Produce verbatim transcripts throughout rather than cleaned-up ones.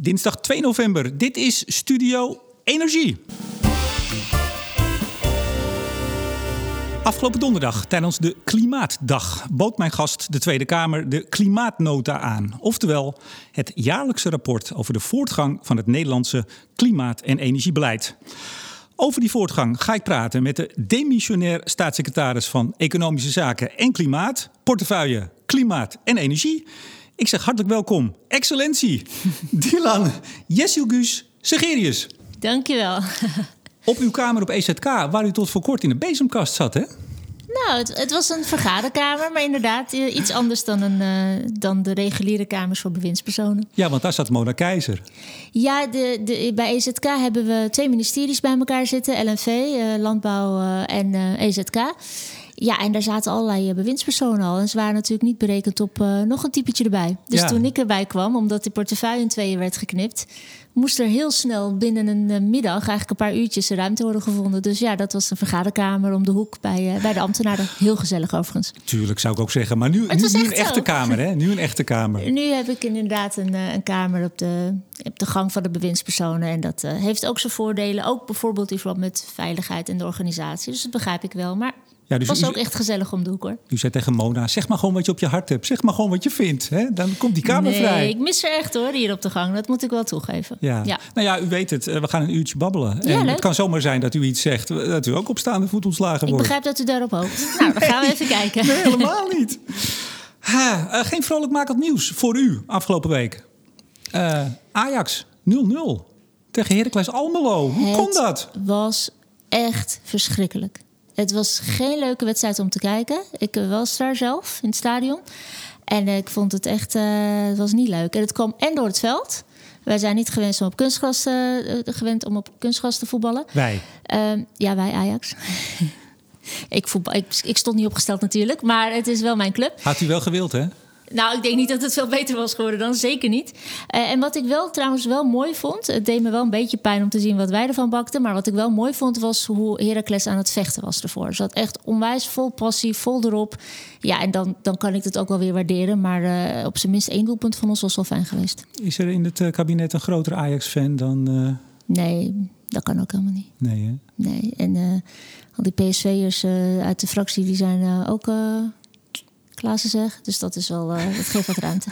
Dinsdag twee november. Dit is Studio Energie. Afgelopen donderdag, tijdens de Klimaatdag, bood mijn gast de Tweede Kamer de Klimaatnota aan. Oftewel het jaarlijkse rapport over de voortgang van het Nederlandse klimaat- en energiebeleid. Over die voortgang ga ik praten met de demissionair staatssecretaris van Economische Zaken en Klimaat, portefeuille Klimaat en Energie. Ik zeg hartelijk welkom, excellentie, Dylan Jezilgus Segerius. Dankjewel. Op uw kamer op E Z K, waar u tot voor kort in de bezemkast zat, hè? Nou, het, het was een vergaderkamer, maar inderdaad iets anders dan, een, uh, dan de reguliere kamers voor bewindspersonen. Ja, want daar zat Mona Keizer. Ja, de, de, bij E Z K hebben we twee ministeries bij elkaar zitten. L N V, uh, Landbouw uh, en uh, E Z K. Ja, en daar zaten allerlei uh, bewindspersonen al. En ze waren natuurlijk niet berekend op uh, nog een typetje erbij. Dus ja. Toen ik erbij kwam, omdat de portefeuille in tweeën werd geknipt, moest er heel snel binnen een uh, middag, eigenlijk een paar uurtjes, ruimte worden gevonden. Dus ja, dat was een vergaderkamer om de hoek bij, uh, bij de ambtenaren. Heel gezellig overigens. Tuurlijk, zou ik ook zeggen. Maar nu, maar nu, nu een echte zo. kamer, hè? Nu een echte kamer. Nu heb ik inderdaad een, uh, een kamer op de, op de gang van de bewindspersonen. En dat uh, heeft ook zijn voordelen. Ook bijvoorbeeld in verband met veiligheid en de organisatie. Dus dat begrijp ik wel. Maar ja, dus het was u, ook echt gezellig om de hoek, hoor. U zei tegen Mona, zeg maar gewoon wat je op je hart hebt. Zeg maar gewoon wat je vindt. Hè? Dan komt die kamer nee, vrij. Nee, ik mis er echt, hoor, hier op de gang. Dat moet ik wel toegeven. Ja. Ja. Nou ja, u weet het. We gaan een uurtje babbelen. Ja, en leuk. Het kan zomaar zijn dat u iets zegt, dat u ook op staande voet ontslagen wordt. Ik begrijp dat u daarop hoopt. Nou, dan gaan we even kijken. Nee, helemaal niet. Ha, uh, geen vrolijkmakend nieuws voor u afgelopen week. Uh, Ajax nul nul tegen Heracles Almelo. Hoe het kon dat? Het was echt verschrikkelijk. Het was geen leuke wedstrijd om te kijken. Ik was daar zelf in het stadion. En ik vond het echt, uh, het was niet leuk. En het kwam en door het veld. Wij zijn niet gewend om op kunstgras, uh, gewend om op kunstgras te voetballen. Wij? Uh, ja, wij Ajax. ik, voetbal, ik, ik stond niet opgesteld natuurlijk, maar het is wel mijn club. Had u wel gewild, hè? Nou, ik denk niet dat het veel beter was geworden dan. Zeker niet. Uh, en wat ik wel trouwens wel mooi vond, het deed me wel een beetje pijn om te zien wat wij ervan bakten, maar wat ik wel mooi vond was hoe Heracles aan het vechten was ervoor. Ze had echt onwijs vol passie, vol erop. Ja, en dan, dan kan ik het ook wel weer waarderen. Maar uh, op zijn minst één doelpunt van ons was wel fijn geweest. Is er in het uh, kabinet een grotere Ajax-fan dan? Uh... Nee, dat kan ook helemaal niet. Nee, hè? Nee, en uh, al die P S V'ers uh, uit de fractie, die zijn uh, ook Uh, Klaas is weg, dus dat is wel, uh, dat geeft wat ruimte.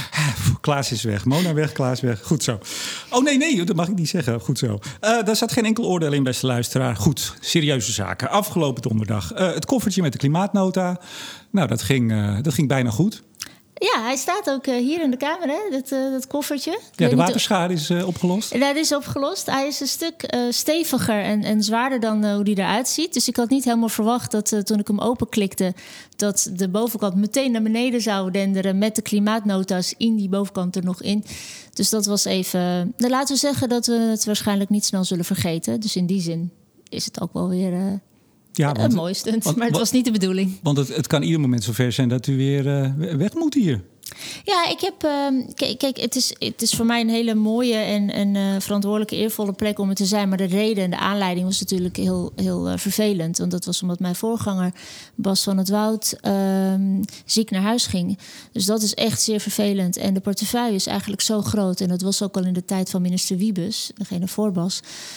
Klaas is weg, Mona weg, Klaas weg. Goed zo. Oh nee, nee, dat mag ik niet zeggen. Goed zo. Uh, daar zat geen enkel oordeel in, beste luisteraar. Goed, serieuze zaken. Afgelopen donderdag. Uh, het koffertje met de klimaatnota. Nou, dat ging, uh, dat ging bijna goed. Ja, hij staat ook uh, hier in de kamer, hè? Dat, uh, dat koffertje. Ik ja, de waterschade is uh, opgelost. Dat is opgelost. Hij is een stuk uh, steviger en, en zwaarder dan uh, hoe die eruit ziet. Dus ik had niet helemaal verwacht dat uh, toen ik hem openklikte, dat de bovenkant meteen naar beneden zou denderen met de klimaatnota's in die bovenkant er nog in. Dus dat was even. Nou, laten we zeggen dat we het waarschijnlijk niet snel zullen vergeten. Dus in die zin is het ook wel weer Uh, Ja, want, een mooi stunt, want, maar het was niet de bedoeling. Want het, het kan ieder moment zover zijn dat u weer uh, weg moet hier. Ja, ik heb. Uh, kijk, kijk het, is, het is voor mij een hele mooie en, en uh, verantwoordelijke, eervolle plek om er te zijn. Maar de reden en de aanleiding was natuurlijk heel, heel uh, vervelend. Want dat was omdat mijn voorganger, Bas van het Woud, uh, ziek naar huis ging. Dus dat is echt zeer vervelend. En de portefeuille is eigenlijk zo groot. En dat was ook al in de tijd van minister Wiebes, degene voor Bas.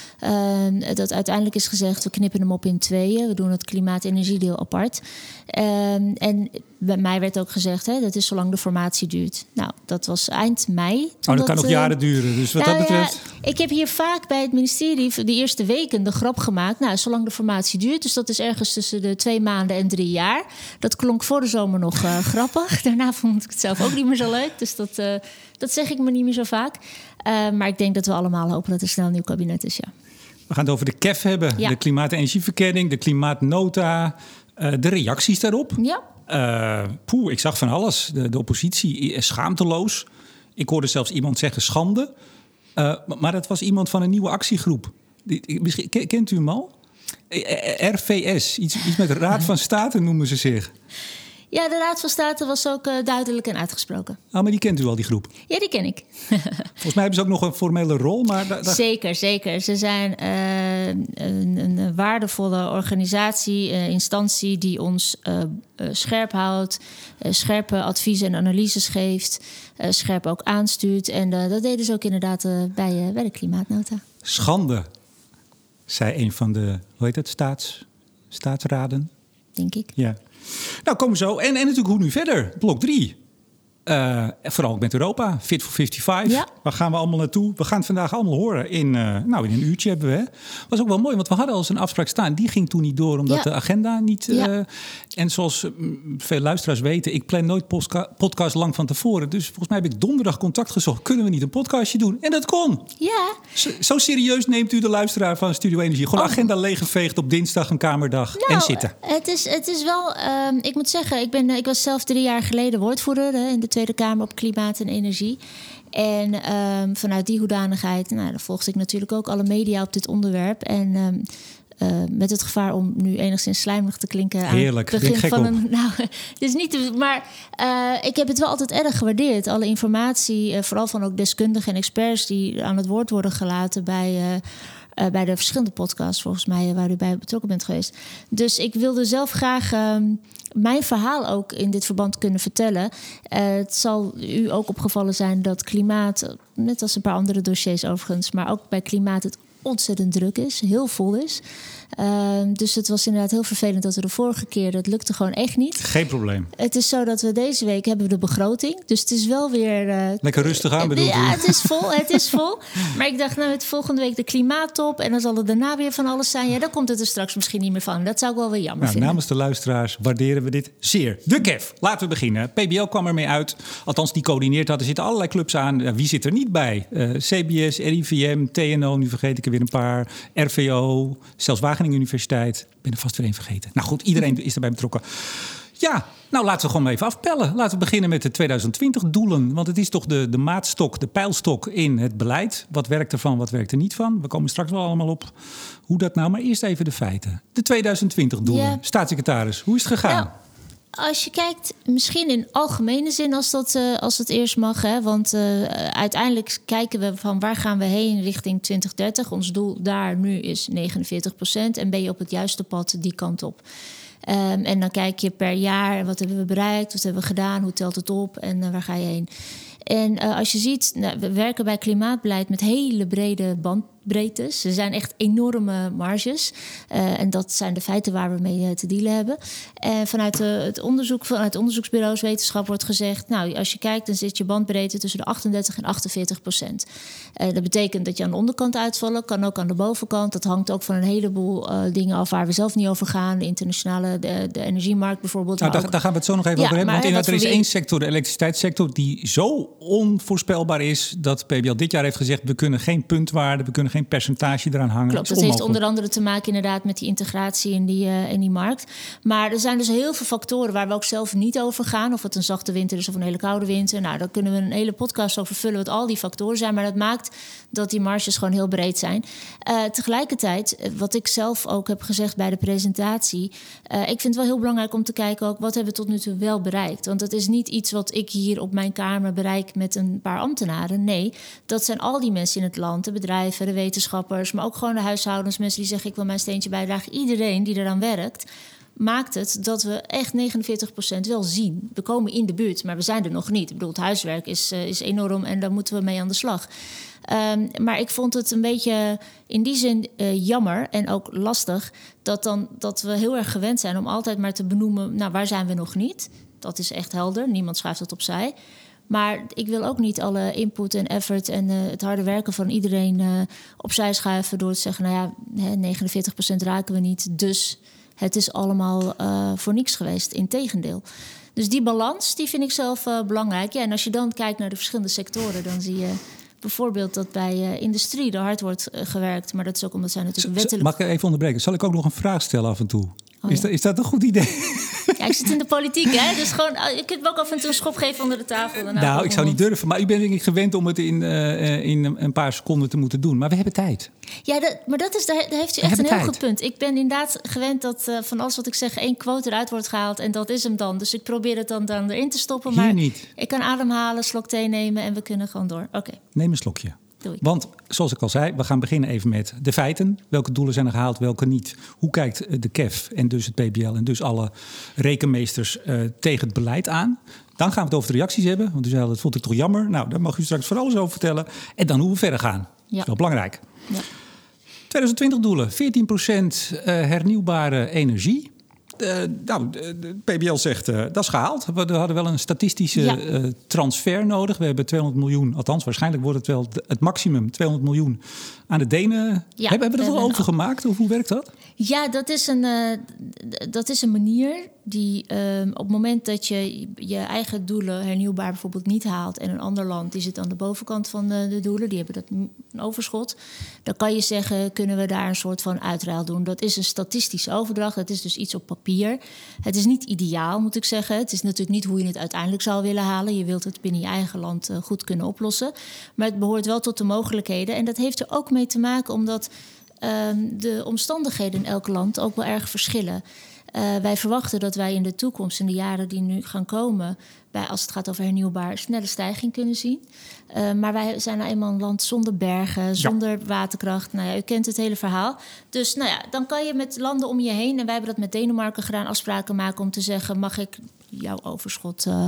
Uh, dat uiteindelijk is gezegd, we knippen hem op in tweeën. We doen het klimaat-energiedeel apart. Uh, en bij mij werd ook gezegd, hè, dat is zolang de formatie duurt. Nou, dat was eind mei. Oh, dat, dat kan nog uh, jaren duren. Dus wat nou, dat betreft. Ja, ik heb hier vaak bij het ministerie de eerste weken de grap gemaakt. Nou, zolang de formatie duurt. Dus dat is ergens tussen de twee maanden en drie jaar. Dat klonk voor de zomer nog uh, grappig. Daarna vond ik het zelf ook niet meer zo leuk. Dus dat, uh, dat zeg ik me niet meer zo vaak. Uh, maar ik denk dat we allemaal hopen dat er snel een nieuw kabinet is, ja. We gaan het over de K E F hebben. Ja. De klimaat- en energieverkenning, de klimaatnota, uh, de reacties daarop. Ja. Uh, poeh, ik zag van alles. De, de oppositie is schaamteloos. Ik hoorde zelfs iemand zeggen schande. Uh, maar dat was iemand van een nieuwe actiegroep. Die, misschien, kent u hem al? R V S, iets, iets met Raad van State noemen ze zich. Ja, de Raad van State was ook uh, duidelijk en uitgesproken. Ah, maar die kent u al, die groep? Ja, die ken ik. Volgens mij hebben ze ook nog een formele rol. Maar da- da- zeker, zeker. Ze zijn uh, een, een een waardevolle organisatie, uh, instantie die ons uh, uh, scherp houdt, uh, scherpe adviezen en analyses geeft, uh, scherp ook aanstuurt. En uh, dat deden ze ook inderdaad uh, bij, uh, bij de klimaatnota. Schande, zei een van de, hoe heet het, staats, staatsraden? Denk ik. Ja. Nou, komen we zo. En, en natuurlijk hoe nu verder? Blok drie. Uh, vooral met Europa, Fit for vijfenvijftig. Ja. Waar gaan we allemaal naartoe? We gaan het vandaag allemaal horen in, uh, nou, in een uurtje hebben we. Hè? Was ook wel mooi, want we hadden al eens een afspraak staan. Die ging toen niet door, omdat ja. de agenda niet... Uh, ja. En zoals uh, veel luisteraars weten, ik plan nooit postka- podcast lang van tevoren. Dus volgens mij heb ik donderdag contact gezocht. Kunnen we niet een podcastje doen? En dat kon. Ja. Zo, zo serieus neemt u de luisteraar van Studio Energie. Gewoon oh. agenda leeggeveegd op dinsdag, een kamerdag nou, en zitten. Het is, het is wel, uh, ik moet zeggen, ik, ben, ik was zelf drie jaar geleden woordvoerder hè, in de Tweede Kamer op klimaat en energie. En um, vanuit die hoedanigheid, nou, dan volgde ik natuurlijk ook alle media op dit onderwerp. En um, uh, met het gevaar om nu enigszins slijmerig te klinken aan Heerlijk, het begin van op. een. Nou, het is niet te, maar uh, ik heb het wel altijd erg gewaardeerd. Alle informatie, uh, vooral van ook deskundigen en experts die aan het woord worden gelaten bij. Uh, Uh, bij de verschillende podcasts, volgens mij, uh, waar u bij betrokken bent geweest. Dus ik wilde zelf graag uh, mijn verhaal ook in dit verband kunnen vertellen. Uh, het zal u ook opgevallen zijn dat klimaat, net als een paar andere dossiers overigens, maar ook bij klimaat het ontzettend druk is, heel vol is. Uh, dus het was inderdaad heel vervelend dat we de vorige keer, dat lukte gewoon echt niet. Geen probleem. Het is zo dat we deze week hebben we de begroting. Dus het is wel weer... Uh, Lekker rustig aan bedoel Ja, het is vol, het is vol. Maar ik dacht, nou, het volgende week de klimaattop en dan zal er daarna weer van alles zijn. Ja, dan komt het er straks misschien niet meer van. Dat zou ik wel weer jammer nou, vinden. Namens de luisteraars waarderen we dit zeer. De K E F, laten we beginnen. P B L kwam ermee uit. Althans, die coördineert had. Er zitten allerlei clubs aan. Uh, wie zit er niet bij? Uh, C B S, R I V M, T N O, nu vergeet ik er weer een paar. R V O, zelfs Wageningen Universiteit. Ik ben er vast weer één vergeten. Nou goed, iedereen is erbij betrokken. Ja, nou laten we gewoon maar even afpellen. Laten we beginnen met de twintig twintig doelen. Want het is toch de, de maatstok, de pijlstok in het beleid. Wat werkt ervan, wat werkt er niet van? We komen straks wel allemaal op hoe dat nou. Maar eerst even de feiten. De twintig twintig doelen. Ja. Staatssecretaris, hoe is het gegaan? Nou, als je kijkt, misschien in algemene zin als dat uh, als het eerst mag. Hè? Want uh, uiteindelijk kijken we van waar gaan we heen richting twintig dertig. Ons doel daar nu is negenenveertig procent. En ben je op het juiste pad die kant op. Um, en dan kijk je per jaar, wat hebben we bereikt, wat hebben we gedaan, hoe telt het op en uh, waar ga je heen. En uh, als je ziet, nou, we werken bij klimaatbeleid met hele brede bandbreedtes. Er zijn echt enorme marges. Uh, en dat zijn de feiten waar we mee uh, te dealen hebben. En vanuit uh, het onderzoek, vanuit onderzoeksbureaus wetenschap wordt gezegd, nou, als je kijkt, dan zit je bandbreedte tussen de achtendertig en achtenveertig procent. Uh, dat betekent dat je aan de onderkant uitvallen, kan ook aan de bovenkant. Dat hangt ook van een heleboel uh, dingen af waar we zelf niet over gaan. De internationale, de, de energiemarkt bijvoorbeeld. Nou, daar, ook... daar gaan we het zo nog even ja, over hebben. Want inderdaad, er is weer... één sector, de elektriciteitssector, die zo onvoorspelbaar is dat P B L dit jaar heeft gezegd, we kunnen geen puntwaarde, we kunnen geen percentage eraan hangen. Klopt, dat, dat heeft onder andere te maken inderdaad met die integratie in die, uh, in die markt. Maar er zijn dus heel veel factoren waar we ook zelf niet over gaan. Of het een zachte winter is of een hele koude winter. Nou, daar kunnen we een hele podcast over vullen wat al die factoren zijn. Maar dat maakt dat die marges gewoon heel breed zijn. Uh, tegelijkertijd, wat ik zelf ook heb gezegd bij de presentatie, Uh, ik vind het wel heel belangrijk om te kijken ook wat hebben we tot nu toe wel bereikt. Want het is niet iets wat ik hier op mijn kamer bereik met een paar ambtenaren. Nee, dat zijn al die mensen in het land, de bedrijven, de wetenschappers, maar ook gewoon de huishoudens, mensen die zeggen ik wil mijn steentje bijdragen. Iedereen die eraan werkt, maakt het dat we echt negenenveertig procent wel zien. We komen in de buurt, maar we zijn er nog niet. Ik bedoel, het huiswerk is, uh, is enorm en daar moeten we mee aan de slag. Um, maar ik vond het een beetje in die zin uh, jammer en ook lastig dat, dan, dat we heel erg gewend zijn om altijd maar te benoemen, nou, waar zijn we nog niet? Dat is echt helder, niemand schuift dat opzij. Maar ik wil ook niet alle input en effort en uh, het harde werken van iedereen uh, opzij schuiven door te zeggen, nou ja, negenenveertig procent raken we niet, dus het is allemaal uh, voor niks geweest, integendeel. Dus die balans, die vind ik zelf uh, belangrijk. Ja, en als je dan kijkt naar de verschillende sectoren, dan zie je bijvoorbeeld dat bij uh, industrie er hard wordt uh, gewerkt. Maar dat is ook omdat zij natuurlijk wettelijk... Mag ik even onderbreken? Zal ik ook nog een vraag stellen af en toe? Oh, is, ja. dat, is dat een goed idee? Ja, ik zit in de politiek, hè? Dus gewoon, je kunt me ook af en toe een schop geven onder de tafel. Nou, nou ik zou niet durven. Maar u bent denk ik gewend om het in, uh, in een paar seconden te moeten doen. Maar we hebben tijd. Ja, dat, maar dat is, daar, daar heeft u echt een heel tijd. Goed punt. Ik ben inderdaad gewend dat uh, van alles wat ik zeg één quote eruit wordt gehaald. En dat is hem dan. Dus ik probeer het dan, dan erin te stoppen. Hier maar niet. Ik kan ademhalen, slok thee nemen en we kunnen gewoon door. Oké. Okay. Neem een slokje. Doei. Want zoals ik al zei, we gaan beginnen even met de feiten. Welke doelen zijn er gehaald, welke niet? Hoe kijkt de K E F en dus het P B L en dus alle rekenmeesters uh, tegen het beleid aan? Dan gaan we het over de reacties hebben. Want u zei, dat vond ik toch jammer. Nou, daar mag u straks voor alles over vertellen. En dan hoe we verder gaan. Ja. Dat is wel belangrijk. Ja. twintig twintig doelen, veertien procent uh, hernieuwbare energie. Uh, nou, de P B L zegt, uh, dat is gehaald. We hadden wel een statistische ja. uh, transfer nodig. We hebben tweehonderd miljoen, althans waarschijnlijk wordt het wel het maximum, tweehonderd miljoen aan de Denen. Ja, hebben we er wel over gemaakt? Of hoe werkt dat? Ja, dat is een, uh, dat is een manier die uh, op het moment dat je je eigen doelen hernieuwbaar bijvoorbeeld niet haalt en een ander land die zit aan de bovenkant van de, de doelen, die hebben dat een overschot. Dan kan je zeggen, kunnen we daar een soort van uitruil doen. Dat is een statistische overdracht. Dat is dus iets op papier. Het is niet ideaal, moet ik zeggen. Het is natuurlijk niet hoe je het uiteindelijk zou willen halen. Je wilt het binnen je eigen land uh, goed kunnen oplossen. Maar het behoort wel tot de mogelijkheden. En dat heeft er ook mee te maken omdat uh, de omstandigheden in elk land ook wel erg verschillen. Uh, wij verwachten dat wij in de toekomst, in de jaren die nu gaan komen, bij, als het gaat over hernieuwbaar, snelle stijging kunnen zien. Uh, maar wij zijn nou eenmaal een land zonder bergen, zonder ja. waterkracht. Nou ja, u kent het hele verhaal. Dus nou ja, dan kan je met landen om je heen, en wij hebben dat met Denemarken gedaan, afspraken maken om te zeggen, mag ik jouw overschot uh,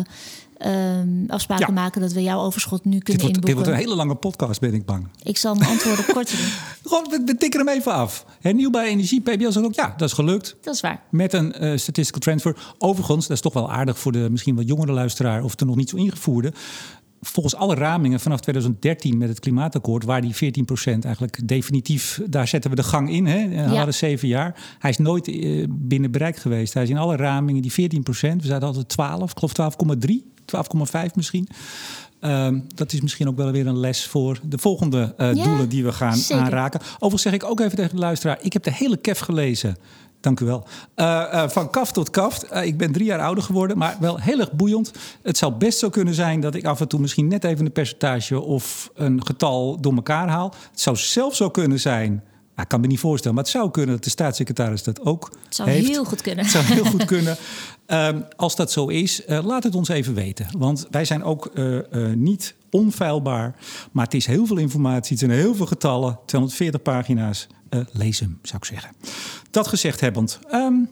um, afspraken ja. maken dat we jouw overschot nu kunnen dit wordt, inboeken. Dit wordt een hele lange podcast, ben ik bang. Ik zal mijn antwoorden korter doen. Gewoon, we, we tikken hem even af. Hernieuwbare energie, P B L zegt ook, ja, dat is gelukt. Dat is waar. Met een uh, statistical transfer. Overigens, dat is toch wel aardig voor de misschien wat jongere luisteraar of de nog niet zo ingevoerde. Volgens alle ramingen vanaf twintig dertien met het klimaatakkoord, waar die veertien procent eigenlijk definitief, daar zetten we de gang in. Hè? We hadden ja. zeven jaar. Hij is nooit uh, binnen bereik geweest. Hij is in alle ramingen die veertien procent. We zaten altijd twaalf, ik geloof twaalf komma drie, twaalf komma vijf misschien. Um, dat is misschien ook wel weer een les voor de volgende uh, ja, doelen die we gaan zeker. aanraken. Overigens zeg ik ook even tegen de luisteraar, ik heb de hele K E F gelezen. Dank u wel. Uh, uh, van kaft tot kaft. Uh, ik ben drie jaar ouder geworden, maar wel heel erg boeiend. Het zou best zo kunnen zijn dat ik af en toe misschien net even een percentage of een getal door elkaar haal. Het zou zelfs zo kunnen zijn, nou, ik kan me niet voorstellen, maar het zou kunnen dat de staatssecretaris dat ook Het zou heeft. heel goed kunnen. Het zou heel goed kunnen. Um, als dat zo is, uh, laat het ons even weten. Want wij zijn ook uh, uh, niet onfeilbaar, maar het is heel veel informatie. Het zijn heel veel getallen, tweehonderdveertig pagina's. Uh, lees hem, zou ik zeggen. Dat gezegd hebbend. Um,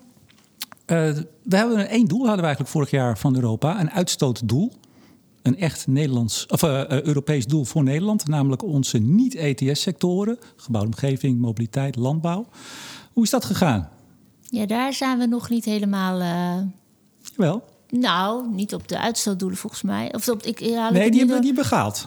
uh, we hebben één doel, hadden we eigenlijk vorig jaar van Europa. Een uitstootdoel. Een echt Nederlands, of, uh, uh, Europees doel voor Nederland. Namelijk onze niet-E T S-sectoren. Gebouwde omgeving, mobiliteit, landbouw. Hoe is dat gegaan? Ja, daar zijn we nog niet helemaal... Uh... Wel? Nou, niet op de uitstootdoelen volgens mij. Of op, ik, haal nee, ik die hebben door... die begaald.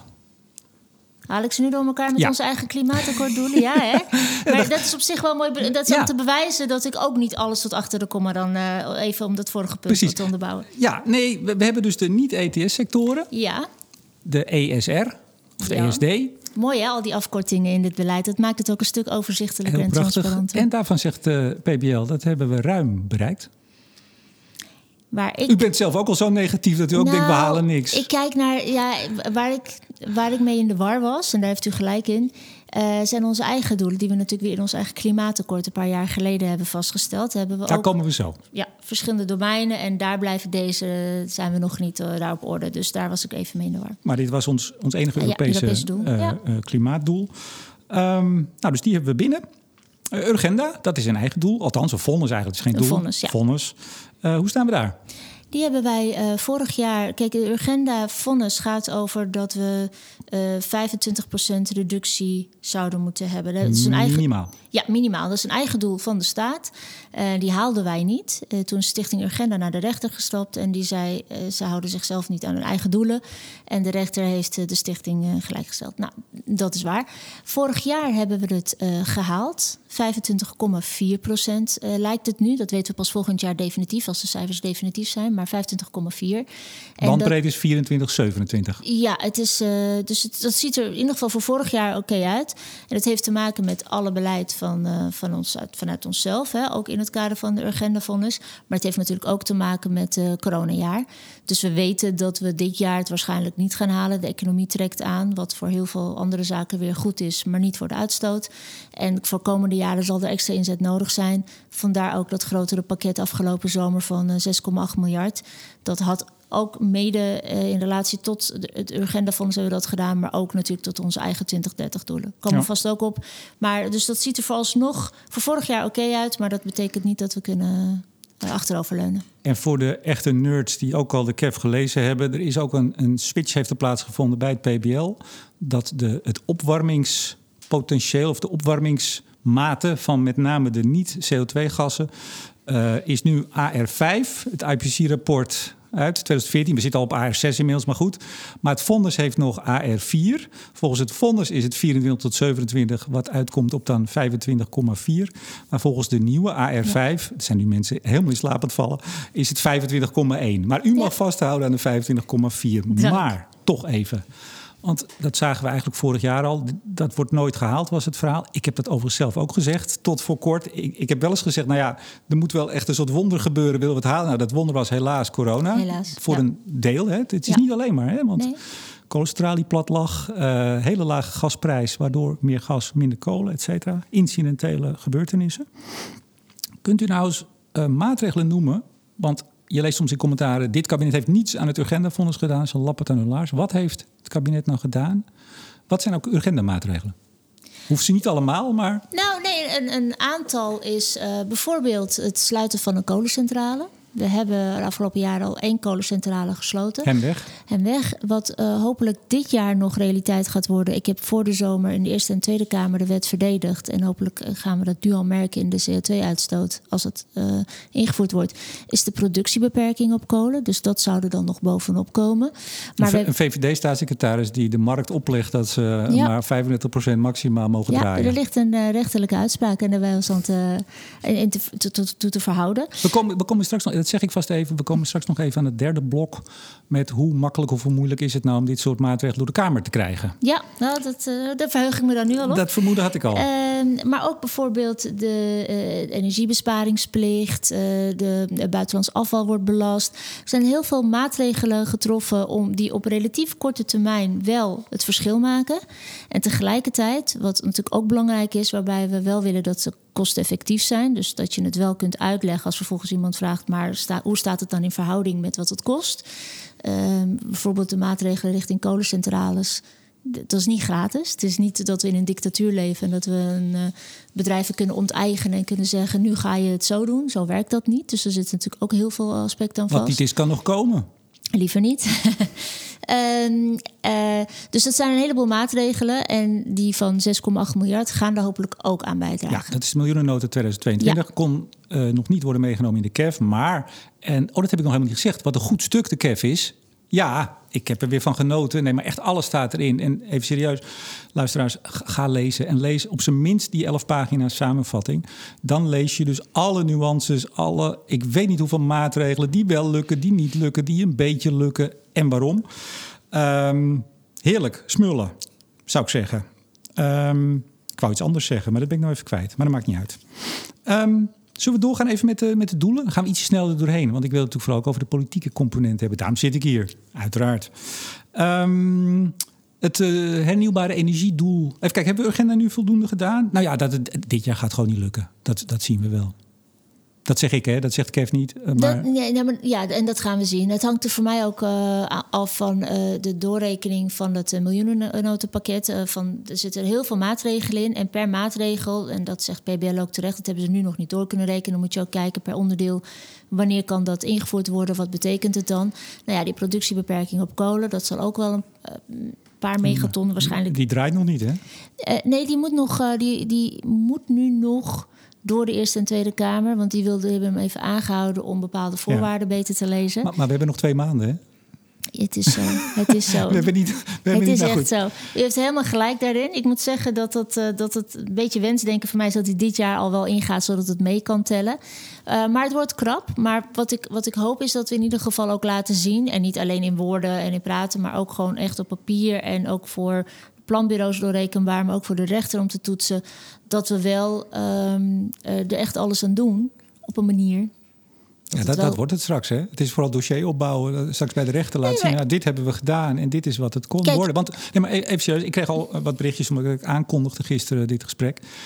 Haal ik ze nu door elkaar met ja. onze eigen klimaatakkoorddoelen? Ja, hè? Maar dat is op zich wel mooi. Dat is ja. om te bewijzen dat ik ook niet alles tot achter de komma dan uh, even om dat vorige punt Precies. te onderbouwen. Ja, nee, we, we hebben dus de niet-E T S-sectoren. Ja. De E S R, of de ja. E S D. Mooi hè, al die afkortingen in dit beleid. Dat maakt het ook een stuk overzichtelijker en transparanter. En daarvan zegt de P B L, dat hebben we ruim bereikt. Waar ik... U bent zelf ook al zo negatief dat u ook nou, denkt, we halen niks. Ik kijk naar, ja, waar ik, waar ik mee in de war was, en daar heeft u gelijk in, uh, zijn onze eigen doelen, die we natuurlijk weer in ons eigen klimaatakkoord een paar jaar geleden hebben vastgesteld. Hebben we daar ook, komen we zo. Ja, verschillende domeinen en daar blijven deze, zijn we nog niet uh, daar op orde. Dus daar was ik even mee in de war. Maar dit was ons, ons enige Europese, ja, Europese doel. Uh, ja. uh, klimaatdoel. Um, nou, dus die hebben we binnen. Uh, Urgenda, dat is een eigen doel. Althans, een vonnis eigenlijk, het is geen doel. Vonnis, ja. Vonnis. Uh, hoe staan we daar? Die hebben wij uh, vorig jaar... Kijk, de Urgenda-vonnis gaat over dat we uh, vijfentwintig procent reductie zouden moeten hebben. Dat is een eigen, minimaal? Ja, minimaal. Dat is een eigen doel van de staat. Uh, die haalden wij niet. Uh, toen is Stichting Urgenda naar de rechter gestapt en die zei... Uh, ze houden zichzelf niet aan hun eigen doelen. En de rechter heeft uh, de stichting uh, gelijkgesteld. Nou, dat is waar. Vorig jaar hebben we het uh, gehaald. vijfentwintig komma vier procent uh, lijkt het nu. Dat weten we pas volgend jaar definitief, als de cijfers definitief zijn. Maar vijfentwintig komma vier. Bandbreedte is vierentwintig, zevenentwintig. Ja, het is, uh, dus het, dat ziet er in ieder geval voor vorig jaar oké okay uit. En dat heeft te maken met alle beleid van, uh, van ons, uit, vanuit onszelf. Hè, ook in het kader van de Urgenda-vonnis. Maar het heeft natuurlijk ook te maken met het uh, coronajaar. Dus we weten dat we dit jaar het waarschijnlijk niet gaan halen. De economie trekt aan, wat voor heel veel andere zaken weer goed is, maar niet voor de uitstoot. En voor komende jaren zal er extra inzet nodig zijn. Vandaar ook dat grotere pakket afgelopen zomer van uh, zes komma acht miljard. miljard. Dat had ook mede uh, in relatie tot het Urgenda-fonds hebben we dat gedaan, maar ook natuurlijk tot onze eigen twintig dertig doelen. Komen we ja. vast ook op. Maar dus dat ziet er vooralsnog voor vorig jaar oké okay uit, maar dat betekent niet dat we kunnen uh, achteroverleunen. En voor de echte nerds die ook al de C E F gelezen hebben, er is ook een, een switch heeft er plaatsgevonden bij het P B L, dat de, het opwarmingspotentieel of de opwarmingsmate van met name de niet-C O twee gassen uh, is nu A R vijf. Het I P C C rapport uit twintig veertien. We zitten al op A R zes inmiddels, maar goed. Maar het vonnis heeft nog A R vier. Volgens het vonnis is het vierentwintig tot zevenentwintig... wat uitkomt op dan vijfentwintig komma vier. Maar volgens de nieuwe A R vijf... het zijn nu mensen helemaal in slaap aan het vallen... is het vijfentwintig komma één. Maar u mag ja. vasthouden aan de vijfentwintig komma vier. Maar toch even... Want dat zagen we eigenlijk vorig jaar al. Dat wordt nooit gehaald, was het verhaal. Ik heb dat overigens zelf ook gezegd, tot voor kort. Ik, ik heb wel eens gezegd, nou ja, er moet wel echt een soort wonder gebeuren. Willen we het halen? Nou, dat wonder was helaas corona. Helaas, voor ja. een deel. Hè. Het is ja. niet alleen maar, hè, want nee. kolencentrale plat lag. Uh, hele lage gasprijs, waardoor meer gas, minder kolen, et cetera. Incidentele gebeurtenissen. Kunt u nou eens uh, maatregelen noemen? Want je leest soms in commentaren, dit kabinet heeft niets aan het Urgenda-fonds gedaan. Ze lappen het aan hun laars. Wat heeft het kabinet nou gedaan? Wat zijn ook Urgenda-maatregelen? Hoeft ze niet allemaal, maar... Nou, nee, een, een aantal is uh, bijvoorbeeld het sluiten van een kolencentrale. We hebben de afgelopen jaren al één kolencentrale gesloten. Hemweg. Hemweg, wat uh, hopelijk dit jaar nog realiteit gaat worden. Ik heb voor de zomer in de Eerste en Tweede Kamer de wet verdedigd. En hopelijk gaan we dat nu al merken in de C O twee uitstoot als het uh, ingevoerd wordt. Is de productiebeperking op kolen. Dus dat zou er dan nog bovenop komen. Maar een V V D-staatssecretaris die de markt oplegt dat ze ja. maar vijfendertig procent maximaal mogen ja, draaien. Ja, er ligt een uh, rechterlijke uitspraak en daar wij ons aan te, in te, te, te, te, te verhouden. We komen, we komen straks nog... Dat zeg ik vast even. We komen straks nog even aan het derde blok met hoe makkelijk of hoe moeilijk is het nou om dit soort maatregelen door de Kamer te krijgen. Ja, nou, dat, uh, daar verheug ik me dan nu al op. Dat vermoeden had ik al. Uh, maar ook bijvoorbeeld de uh, energiebesparingsplicht, uh, de, de buitenlands afval wordt belast. Er zijn heel veel maatregelen getroffen om die op relatief korte termijn wel het verschil maken. En tegelijkertijd, wat natuurlijk ook belangrijk is, waarbij we wel willen dat ze kosteffectief zijn. Dus dat je het wel kunt uitleggen als vervolgens iemand vraagt, maar sta, hoe staat het dan in verhouding met wat het kost? Uh, bijvoorbeeld de maatregelen richting kolencentrales. Dat is niet gratis. Het is niet dat we in een dictatuur leven en dat we een, uh, bedrijven kunnen onteigenen en kunnen zeggen, nu ga je het zo doen. Zo werkt dat niet. Dus er zitten natuurlijk ook heel veel aspecten aan vast. Wat niet is, kan nog komen. Liever niet. um, uh, dus dat zijn een heleboel maatregelen. En die van zes komma acht miljard gaan daar hopelijk ook aan bijdragen. Ja, dat is de miljoenennota tweeduizend tweeëntwintig. Ja. Kon uh, nog niet worden meegenomen in de C E F. Maar, en, oh, dat heb ik nog helemaal niet gezegd. Wat een goed stuk de C E F is. Ja, ik heb er weer van genoten. Nee, maar echt alles staat erin. En even serieus, luisteraars, ga lezen. En lees op zijn minst die elf pagina's samenvatting. Dan lees je dus alle nuances, alle, ik weet niet hoeveel maatregelen die wel lukken, die niet lukken, die een beetje lukken en waarom. Um, heerlijk, smullen, zou ik zeggen. Um, ik wou iets anders zeggen, maar dat ben ik nou even kwijt. Maar dat maakt niet uit. Um, Zullen we doorgaan even met de, met de doelen? Dan gaan we ietsje sneller doorheen. Want ik wil het natuurlijk vooral ook over de politieke component hebben. Daarom zit ik hier, uiteraard. Um, het uh, hernieuwbare energiedoel. Even kijken, hebben we Urgenda nu voldoende gedaan? Nou ja, dat, dit jaar gaat gewoon niet lukken. Dat, dat zien we wel. Dat zeg ik, hè? Dat zegt Kev niet. Maar... Dat, nee, nee, maar ja, en dat gaan we zien. Het hangt er voor mij ook uh, af van uh, de doorrekening van het uh, miljoenennotenpakket. Uh, van, er zitten heel veel maatregelen in. En per maatregel, en dat zegt P B L ook terecht, dat hebben ze nu nog niet door kunnen rekenen. Dan moet je ook kijken per onderdeel, wanneer kan dat ingevoerd worden? Wat betekent het dan? Nou ja, die productiebeperking op kolen, dat zal ook wel een uh, paar megaton waarschijnlijk. Die draait nog niet, hè? Uh, nee, die moet, nog, uh, die, die moet nu nog door de Eerste en Tweede Kamer. Want die wilden hebben hem even aangehouden om bepaalde voorwaarden ja. beter te lezen. Maar, maar we hebben nog twee maanden, hè? Het is zo. Het is zo. we hebben niet, we hebben het niet is nou echt goed. zo. U heeft helemaal gelijk daarin. Ik moet zeggen dat het, uh, dat het een beetje wensdenken voor mij is dat hij dit jaar al wel ingaat, zodat het mee kan tellen. Uh, maar het wordt krap. Maar wat ik, wat ik hoop is dat we in ieder geval ook laten zien, en niet alleen in woorden en in praten, maar ook gewoon echt op papier en ook voor planbureaus doorrekenbaar, maar ook voor de rechter om te toetsen, dat we wel um, uh, er echt alles aan doen op een manier. Dat, ja, dat, wel... dat wordt het straks, hè? Het is vooral dossier opbouwen. Straks bij de rechter laten nee, maar... zien, nou, dit hebben we gedaan en dit is wat het kon Kijk... worden. Want, nee, maar even serieus, ik kreeg al wat berichtjes omdat ik aankondigde gisteren dit gesprek.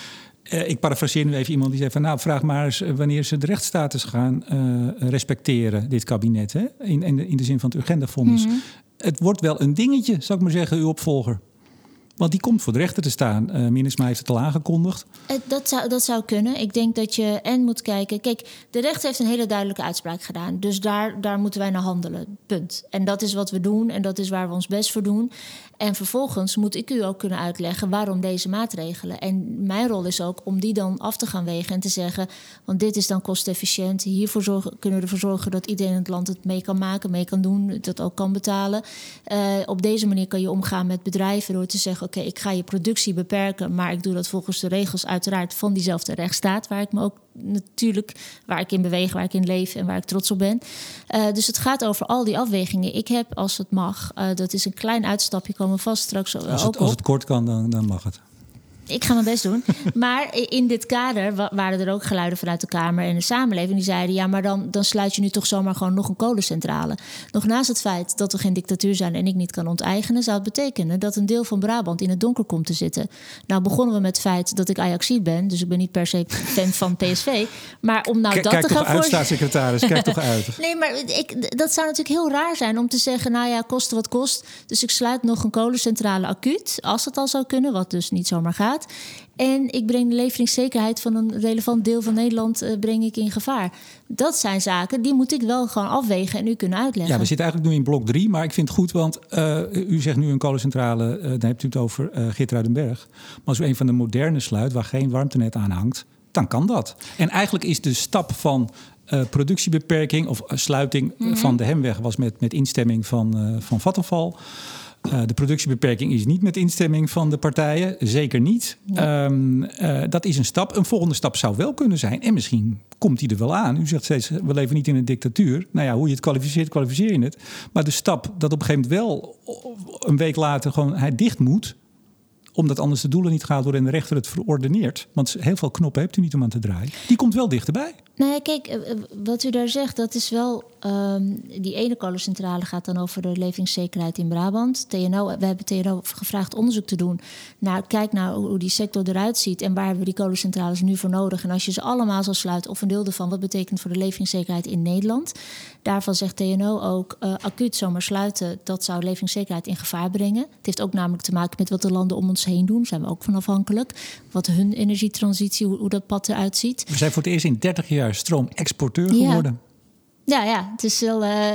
Uh, ik parafraseer nu even iemand die zei van... nou, vraag maar eens wanneer ze de rechtsstatus gaan uh, respecteren, dit kabinet. Hè? In, in, de, in de zin van het Urgenda-fonds. Mm-hmm. Het wordt wel een dingetje, zou ik maar zeggen, uw opvolger. Want die komt voor de rechter te staan. Uh, Minnesma heeft het al aangekondigd. Dat zou, dat zou kunnen. Ik denk dat je en moet kijken... Kijk, de rechter heeft een hele duidelijke uitspraak gedaan. Dus daar, daar moeten wij naar handelen. Punt. En dat is wat we doen en dat is waar we ons best voor doen. En vervolgens moet ik u ook kunnen uitleggen waarom deze maatregelen. En mijn rol is ook om die dan af te gaan wegen en te zeggen... want dit is dan kostefficiënt. Hiervoor zorgen, kunnen we ervoor zorgen dat iedereen in het land het mee kan maken, mee kan doen, dat ook kan betalen. Uh, op deze manier kan je omgaan met bedrijven door te zeggen... oké, okay, ik ga je productie beperken, maar ik doe dat volgens de regels uiteraard van diezelfde rechtsstaat... waar ik me ook natuurlijk, waar ik in beweeg, waar ik in leef en waar ik trots op ben. Uh, dus het gaat over al die afwegingen. Ik heb, als het mag, uh, dat is een klein uitstapje, komen we vast straks als ook het, op. Als het kort kan, dan, dan mag het. Ik ga mijn best doen. Maar in dit kader waren er ook geluiden vanuit de Kamer en de samenleving... die zeiden, ja, maar dan, dan sluit je nu toch zomaar gewoon nog een kolencentrale. Nog naast het feit dat we geen dictatuur zijn en ik niet kan onteigenen... zou het betekenen dat een deel van Brabant in het donker komt te zitten. Nou begonnen we met het feit dat ik Ajaxiet ben... dus ik ben niet per se fan van P S V. Maar om nou K- dat kijk te gaan... Kijk toch uit, staatssecretaris, kijk toch uit. Nee, maar ik, dat zou natuurlijk heel raar zijn om te zeggen... nou ja, koste wat kost, dus ik sluit nog een kolencentrale acuut... als het al zou kunnen, wat dus niet zomaar gaat... En ik breng de leveringszekerheid van een relevant deel van Nederland uh, breng ik in gevaar. Dat zijn zaken, die moet ik wel gewoon afwegen en u kunnen uitleggen. Ja, we zitten eigenlijk nu in blok drie, maar ik vind het goed... want uh, u zegt nu een kolencentrale, uh, dan hebt u het over uh, Geertruidenberg. Maar als u een van de moderne sluit, waar geen warmtenet aan hangt... dan kan dat. En eigenlijk is de stap van uh, productiebeperking... of uh, sluiting mm-hmm. van de Hemweg was met, met instemming van, uh, van Vattenfall... Uh, de productiebeperking is niet met instemming van de partijen. Zeker niet. Ja. Um, uh, dat is een stap. Een volgende stap zou wel kunnen zijn. En misschien komt die er wel aan. U zegt steeds, we leven niet in een dictatuur. Nou ja, hoe je het kwalificeert, kwalificeer je het. Maar de stap dat op een gegeven moment wel... een week later gewoon hij dicht moet... omdat anders de doelen niet gehaald worden... en de rechter het verordeneert. Want heel veel knoppen hebt u niet om aan te draaien. Die komt wel dichterbij. Nee, kijk, wat u daar zegt, dat is wel... Um, die ene kolencentrale gaat dan over de leveringszekerheid in Brabant. T N O, we hebben T N O gevraagd onderzoek te doen. Nou, kijk naar hoe die sector eruit ziet... en waar hebben we die kolencentrales nu voor nodig. En als je ze allemaal zou sluiten, of een deel ervan... wat betekent het voor de leveringszekerheid in Nederland? Daarvan zegt T N O ook, uh, acuut zomaar sluiten... dat zou leveringszekerheid in gevaar brengen. Het heeft ook namelijk te maken met wat de landen om ons heen doen. Daar zijn we ook van afhankelijk. Wat hun energietransitie, hoe, hoe dat pad eruit ziet. We zijn voor het eerst in dertig jaar stroomexporteur geworden. Ja, ja, ja, het is wel. Uh,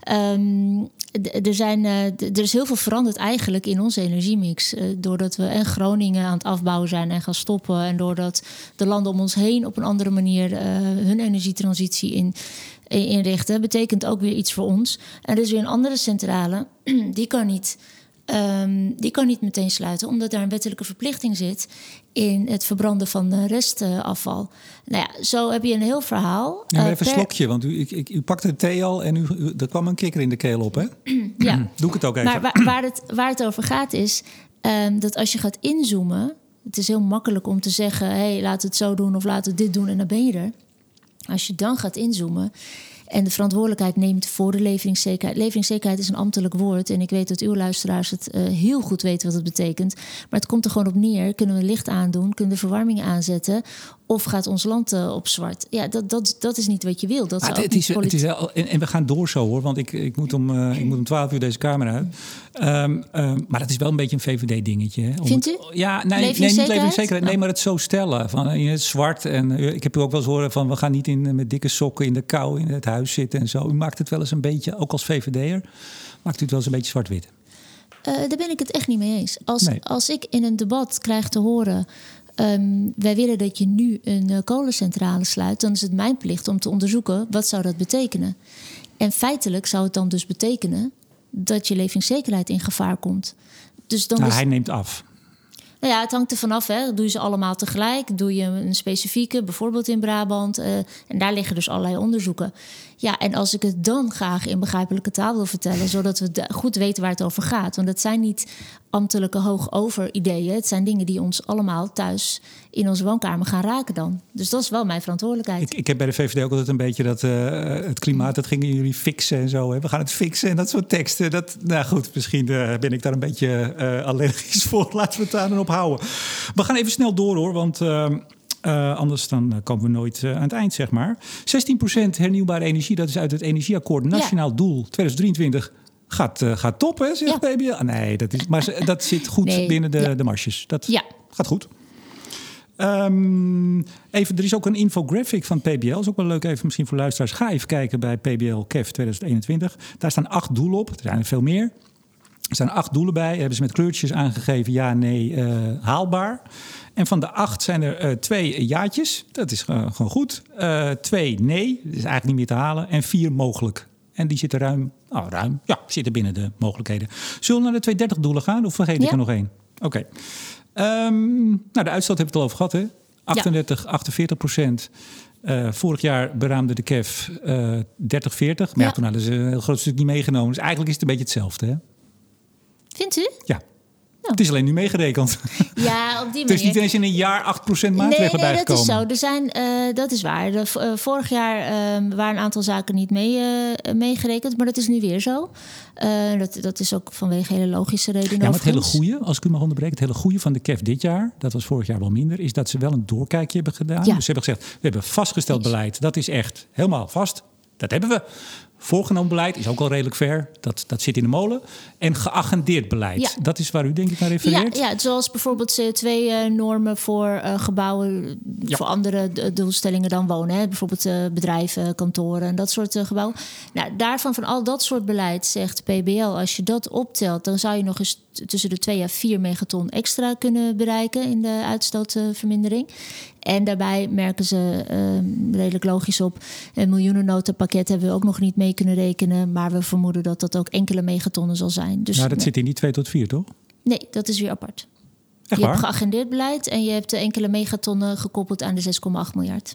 um, d- er, zijn, uh, d- er is heel veel veranderd eigenlijk in onze energiemix. Uh, doordat we en Groningen aan het afbouwen zijn en gaan stoppen. En doordat de landen om ons heen op een andere manier uh, hun energietransitie in, in, inrichten. Betekent ook weer iets voor ons. En er is weer een andere centrale, die kan niet. Um, die kan niet meteen sluiten, omdat daar een wettelijke verplichting zit in het verbranden van de restafval. Nou ja, zo heb je een heel verhaal. Ja, maar even uh, per... een slokje, want u, ik, ik, u pakte de thee al en u, u, er kwam een kikker in de keel op, hè? Ja. Doe ik het ook even. Maar waar, waar, het, waar het over gaat is um, dat als je gaat inzoomen... het is heel makkelijk om te zeggen, hey, laat het zo doen of laat het dit doen en dan ben je er. Als je dan gaat inzoomen... en de verantwoordelijkheid neemt voor de leveringszekerheid. Leveringszekerheid is een ambtelijk woord. En ik weet dat uw luisteraars het uh, heel goed weten wat het betekent. Maar het komt er gewoon op neer. Kunnen we licht aandoen? Kunnen we de verwarming aanzetten? Of gaat ons land uh, op zwart? Ja, dat, dat, dat is niet wat je wil. Dat maar het, het is, politi- het is wel, en, en we gaan door zo, hoor. Want ik, ik, moet om, uh, ik moet om twaalf uur deze kamer uit. Um, um, maar dat is wel een beetje een V V D-dingetje. Hè? Vindt u? Het, ja, nee, nee, niet leveringszekerheid. Nee, maar het zo stellen. Van, in het zwart. En uh, ik heb u ook wel eens horen van... we gaan niet in, met dikke sokken in de kou in het huis zitten en zo. U maakt het wel eens een beetje, ook als V V D'er... maakt u het wel eens een beetje zwart-wit. Uh, daar ben ik het echt niet mee eens. Als, nee. als ik in een debat krijg te horen... Um, wij willen dat je nu een uh, kolencentrale sluit... dan is het mijn plicht om te onderzoeken wat zou dat betekenen. En feitelijk zou het dan dus betekenen... dat je leveringszekerheid in gevaar komt. Dus dan nou, is... hij neemt af. Nou ja, het hangt er vanaf. Hè. Doe je ze allemaal tegelijk? Doe je een specifieke, bijvoorbeeld in Brabant? Uh, en daar liggen dus allerlei onderzoeken. Ja, en als ik het dan graag in begrijpelijke taal wil vertellen... zodat we goed weten waar het over gaat. Want dat zijn niet ambtelijke hoogover ideeën. Het zijn dingen die ons allemaal thuis in onze woonkamer gaan raken dan. Dus dat is wel mijn verantwoordelijkheid. Ik, ik heb bij de V V D ook altijd een beetje dat uh, het klimaat, dat gingen jullie fixen en zo. Hè? We gaan het fixen en dat soort teksten. Dat, nou goed, misschien uh, ben ik daar een beetje uh, allergisch voor. Laten we het daar dan op houden. We gaan even snel door hoor, want uh, uh, anders dan komen we nooit uh, aan het eind, zeg maar. zestien procent hernieuwbare energie, dat is uit het Energieakkoord Nationaal ja. Doel twintig drieëntwintig. Gaat, uh, gaat top, hè, zegt ja. P B L. Ah, nee, dat is, maar dat zit goed nee. binnen de, ja. de marges. Dat ja. gaat goed. Um, even, er is ook een infographic van P B L. Dat is ook wel leuk even misschien voor luisteraars. Ga even kijken bij P B L C E F twintig eenentwintig. Daar staan acht doelen op. Er zijn er veel meer. Er staan acht doelen bij. Hebben ze met kleurtjes aangegeven. Ja, nee, uh, haalbaar. En van de acht zijn er uh, twee jaatjes. Dat is uh, gewoon goed. Uh, twee nee. Dat is eigenlijk niet meer te halen. En vier mogelijk. En die zitten ruim, oh, ruim, ja, zitten binnen de mogelijkheden. Zullen we naar de tweehonderddertig doelen gaan? Of vergeet ja. ik er nog één? Oké. Okay. Um, nou, de uitstoot hebben we het al over gehad, hè? achtendertig, ja. achtenveertig procent. Uh, vorig jaar beraamde de K E F uh, dertig, veertig. Maar ja. ja, toen hadden ze een heel groot stuk niet meegenomen. Dus eigenlijk is het een beetje hetzelfde, hè? Vindt u? Ja. Nou. Het is alleen nu meegerekend. Ja, op die manier. Het is niet eens in een jaar acht procent maatregelen nee, nee, bijgekomen. Nee, dat is zo. Er zijn, uh, dat is waar. De, uh, vorig jaar uh, waren een aantal zaken niet mee, uh, meegerekend. Maar dat is nu weer zo. Uh, dat, dat is ook vanwege hele logische redenen. Ja, maar het hele goede, als ik u mag onderbreken... het hele goede van de K E F dit jaar... dat was vorig jaar wel minder... is dat ze wel een doorkijkje hebben gedaan. Ja. Dus ze hebben gezegd, we hebben vastgesteld beleid. Dat is echt helemaal vast. Dat hebben we. Voorgenomen beleid is ook al redelijk ver. Dat, dat zit in de molen. En geagendeerd beleid. Ja. Dat is waar u denk ik naar refereert. Ja, ja, zoals bijvoorbeeld C O twee normen voor uh, gebouwen... Ja. voor andere doelstellingen dan wonen. Hè. Bijvoorbeeld uh, bedrijven, kantoren en dat soort uh, gebouwen. Nou, daarvan, van al dat soort beleid, zegt P B L... als je dat optelt, dan zou je nog eens tussen de twee à vier megaton extra kunnen bereiken... in de uitstootvermindering. En daarbij merken ze uh, redelijk logisch op... een miljoenennotenpakket hebben we ook nog niet mee kunnen rekenen... maar we vermoeden dat dat ook enkele megatonnen zal zijn. Dus, nou, dat nee. zit in die twee tot vier, toch? Nee, dat is weer apart. Echt je waar? hebt geagendeerd beleid... en je hebt de enkele megatonnen gekoppeld aan de zes komma acht miljard.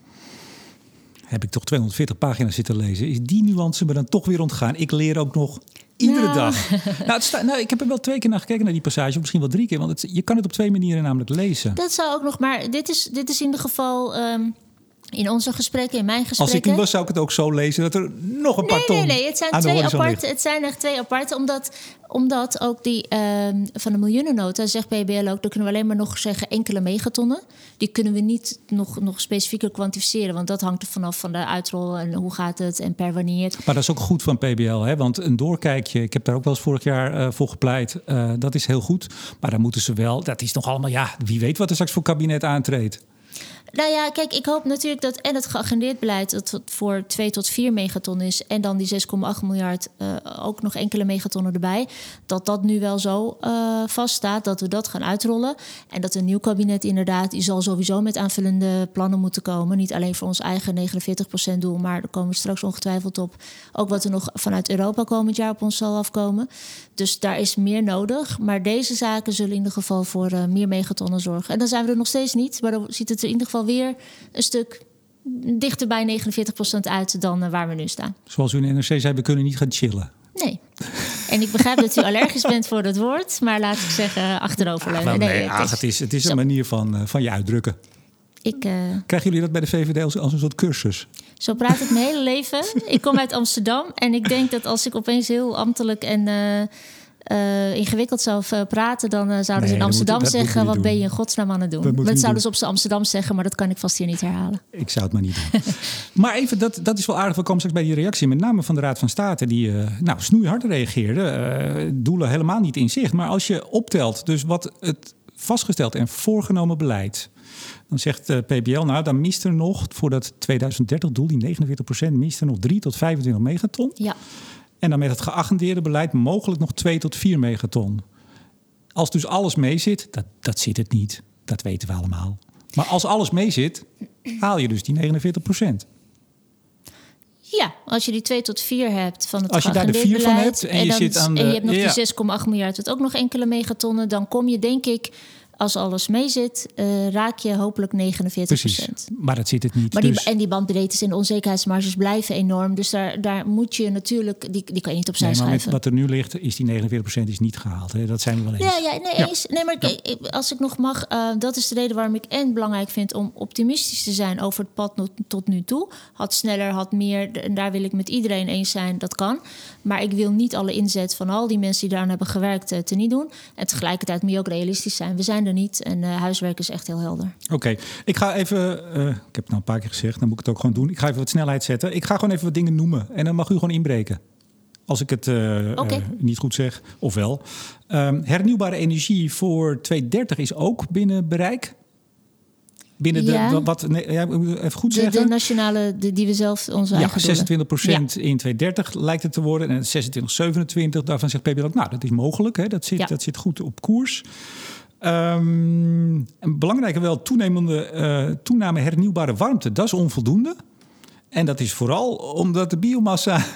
Heb ik toch tweehonderdveertig pagina's zitten lezen? Is die nuance me dan toch weer ontgaan? Ik leer ook nog... Iedere nou. dag. Nou, het sta, nou, ik heb er wel twee keer naar gekeken, naar die passage. Of misschien wel drie keer. Want het, je kan het op twee manieren namelijk lezen. Dat zou ook nog. Maar dit is, dit is in ieder geval... Um, in onze gesprekken, in mijn gesprekken... Als ik u was, zou ik het ook zo lezen... dat er nog een paar nee, ton Nee, nee, het zijn, twee apart, het zijn echt twee aparte. Omdat, omdat ook die um, van de miljoenennota, zegt P B L ook... dan kunnen we alleen maar nog zeggen enkele megatonnen. Die kunnen we niet nog, nog specifieker kwantificeren. Want dat hangt er vanaf van de uitrol en hoe gaat het en per wanneer. Maar dat is ook goed van P B L, hè? Want een doorkijkje... ik heb daar ook wel eens vorig jaar uh, voor gepleit... Uh, dat is heel goed. Maar dan moeten ze wel... dat is nog allemaal... ja, wie weet wat er straks voor kabinet aantreedt. Nou ja, kijk, ik hoop natuurlijk dat en het geagendeerd beleid... dat voor twee tot vier megaton is... en dan die zes komma acht miljard uh, ook nog enkele megatonnen erbij... dat dat nu wel zo uh, vaststaat, dat we dat gaan uitrollen. En dat een nieuw kabinet inderdaad... die zal sowieso met aanvullende plannen moeten komen. Niet alleen voor ons eigen negenenveertig procent doel... maar daar komen we straks ongetwijfeld op. Ook wat er nog vanuit Europa komend jaar op ons zal afkomen. Dus daar is meer nodig. Maar deze zaken zullen in ieder geval voor uh, meer megatonnen zorgen. En dan zijn we er nog steeds niet, maar dan ziet het er in ieder geval weer een stuk dichter bij negenenveertig procent uit dan uh, waar we nu staan. Zoals u in de N R C zei, we kunnen niet gaan chillen. Nee. En ik begrijp dat u allergisch bent voor het woord, maar laat ik zeggen achteroverleunen. Ah, nee, nee, ach, het is, het is een manier van, uh, van je uitdrukken. Ik, uh, Krijgen jullie dat bij de V V D als, als een soort cursus? Zo praat ik mijn hele leven. Ik kom uit Amsterdam en ik denk dat als ik opeens heel ambtelijk en... Uh, Uh, ingewikkeld zou praten, dan uh, zouden nee, ze in Amsterdam moet, zeggen... wat doen. Ben je in godsnaam aan het doen? Dat, dat zouden ze op z'n Amsterdam zeggen, maar dat kan ik vast hier niet herhalen. Ik zou het maar niet doen. Maar even, dat, dat is wel aardig. We komen straks bij die reactie, met name van de Raad van State... die uh, nou, snoeihard reageerde. Uh, doelen helemaal niet in zicht. Maar als je optelt, dus wat het vastgesteld en voorgenomen beleid... dan zegt uh, P B L, nou, dan mist er nog... voor dat tweeduizend dertig doel, die negenenveertig procent... mist er nog drie tot vijfentwintig megaton. Ja. En dan met het geagendeerde beleid mogelijk nog twee tot vier megaton. Als dus alles mee zit, dat, dat zit het niet. Dat weten we allemaal. Maar als alles mee zit, haal je dus die negenenveertig procent. Ja, als je die twee tot vier hebt van het als je daar de vier van hebt en, en, je, dan, zit aan de, en je hebt nog ja. die zes komma acht miljard... met ook nog enkele megatonnen... dan kom je denk ik Als alles mee zit, uh, raak je hopelijk negenenveertig procent. Precies, maar dat zit het niet. Maar die, dus... En die bandbreedtes en de onzekerheidsmarges blijven enorm. Dus daar, daar moet je natuurlijk... Die, die kan je niet opzij nee, maar schuiven. Met wat er nu ligt, is die negenenveertig procent is niet gehaald. Hè? Dat zijn we wel eens. Ja, ja, nee, ja. eens. nee maar ja. als ik nog mag... Uh, dat is de reden waarom ik en belangrijk vind... om optimistisch te zijn over het pad not, tot nu toe. Had sneller, had meer. En daar wil ik met iedereen eens zijn. Dat kan. Maar ik wil niet alle inzet van al die mensen... die daaraan hebben gewerkt, uh, te niet doen. En tegelijkertijd moet je ook realistisch zijn. We zijn er niet en uh, huiswerk is echt heel helder. Oké, okay. ik ga even... Uh, ik heb het nou een paar keer gezegd, dan moet ik het ook gewoon doen. Ik ga even wat snelheid zetten. Ik ga gewoon even wat dingen noemen. En dan mag u gewoon inbreken. Als ik het uh, okay. uh, niet goed zeg, of wel. Um, hernieuwbare energie voor tweeduizend dertig is ook binnen bereik. Binnen ja. de... Wat, nee, ja, even goed de, zeggen. De nationale, de, die we zelf onze ja, eigen zesentwintig procent ja. in tweeduizend dertig lijkt het te worden. En zesentwintig, zevenentwintig, daarvan zegt P B L ook... nou, dat is mogelijk, hè? Dat, zit, ja. dat zit goed op koers. Um, en belangrijker wel, toenemende, uh, toename hernieuwbare warmte. Dat is onvoldoende. En dat is vooral omdat de biomassa...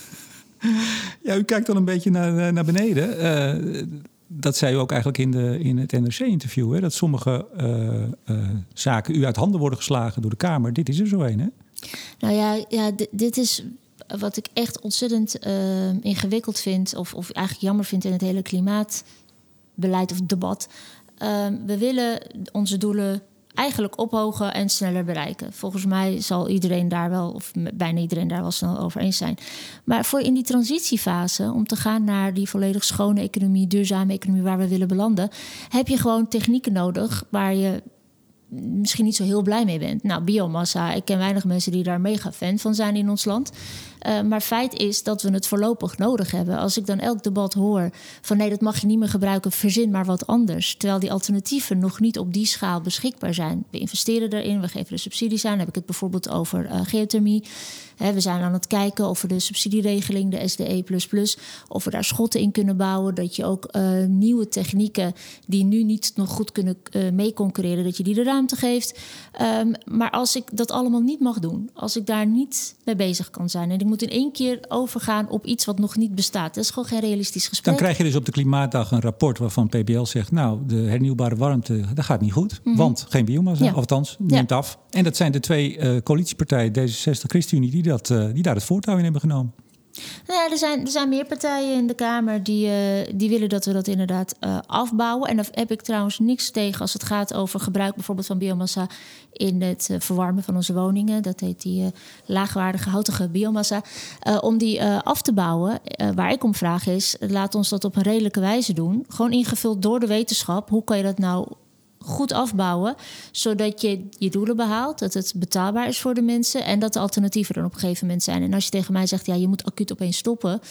ja, u kijkt dan een beetje naar, naar beneden. Uh, dat zei u ook eigenlijk in, de, in het N R C-interview. Hè? Dat sommige uh, uh, zaken u uit handen worden geslagen door de Kamer. Dit is er zo een, hè? Nou ja, ja d- dit is wat ik echt ontzettend uh, ingewikkeld vind... Of, of eigenlijk jammer vind in het hele klimaatbeleid of debat. Uh, we willen onze doelen... eigenlijk ophogen en sneller bereiken. Volgens mij zal iedereen daar wel, of bijna iedereen daar wel snel over eens zijn. Maar voor in die transitiefase, om te gaan naar die volledig schone economie, duurzame economie waar we willen belanden, heb je gewoon technieken nodig waar je misschien niet zo heel blij mee bent. Nou, biomassa, ik ken weinig mensen die daar mega fan van zijn in ons land. Uh, maar feit is dat we het voorlopig nodig hebben. Als ik dan elk debat hoor van nee, dat mag je niet meer gebruiken, verzin maar wat anders. Terwijl die alternatieven nog niet op die schaal beschikbaar zijn. We investeren erin, we geven er subsidies aan. Dan heb ik het bijvoorbeeld over uh, geothermie. He, we zijn aan het kijken of we de subsidieregeling, de S D E plus plus, of we daar schotten in kunnen bouwen. Dat je ook uh, nieuwe technieken die nu niet nog goed kunnen uh, mee concurreren, dat je die de ruimte geeft. Um, maar als ik dat allemaal niet mag doen, als ik daar niet mee bezig kan zijn en ik moet in één keer overgaan op iets wat nog niet bestaat, dat is gewoon geen realistisch gesprek. Dan krijg je dus op de Klimaatdag een rapport waarvan P B L zegt, nou, de hernieuwbare warmte, dat gaat niet goed, mm-hmm. want geen biomassa, ja. althans, neemt ja. af. En dat zijn de twee uh, coalitiepartijen, D zesenzestig, ChristenUnie, die, dat, uh, die daar het voortouw in hebben genomen. Nou ja, er zijn, er zijn meer partijen in de Kamer die, uh, die willen dat we dat inderdaad uh, afbouwen. En daar heb ik trouwens niks tegen als het gaat over gebruik bijvoorbeeld van biomassa in het uh, verwarmen van onze woningen. Dat heet die uh, laagwaardige houtige biomassa. Uh, om die uh, af te bouwen, uh, waar ik om vraag is, laat ons dat op een redelijke wijze doen. Gewoon ingevuld door de wetenschap. Hoe kan je dat nou goed afbouwen, zodat je je doelen behaalt, dat het betaalbaar is voor de mensen en dat de alternatieven er op een gegeven moment zijn. En als je tegen mij zegt, ja, je moet acuut opeens stoppen,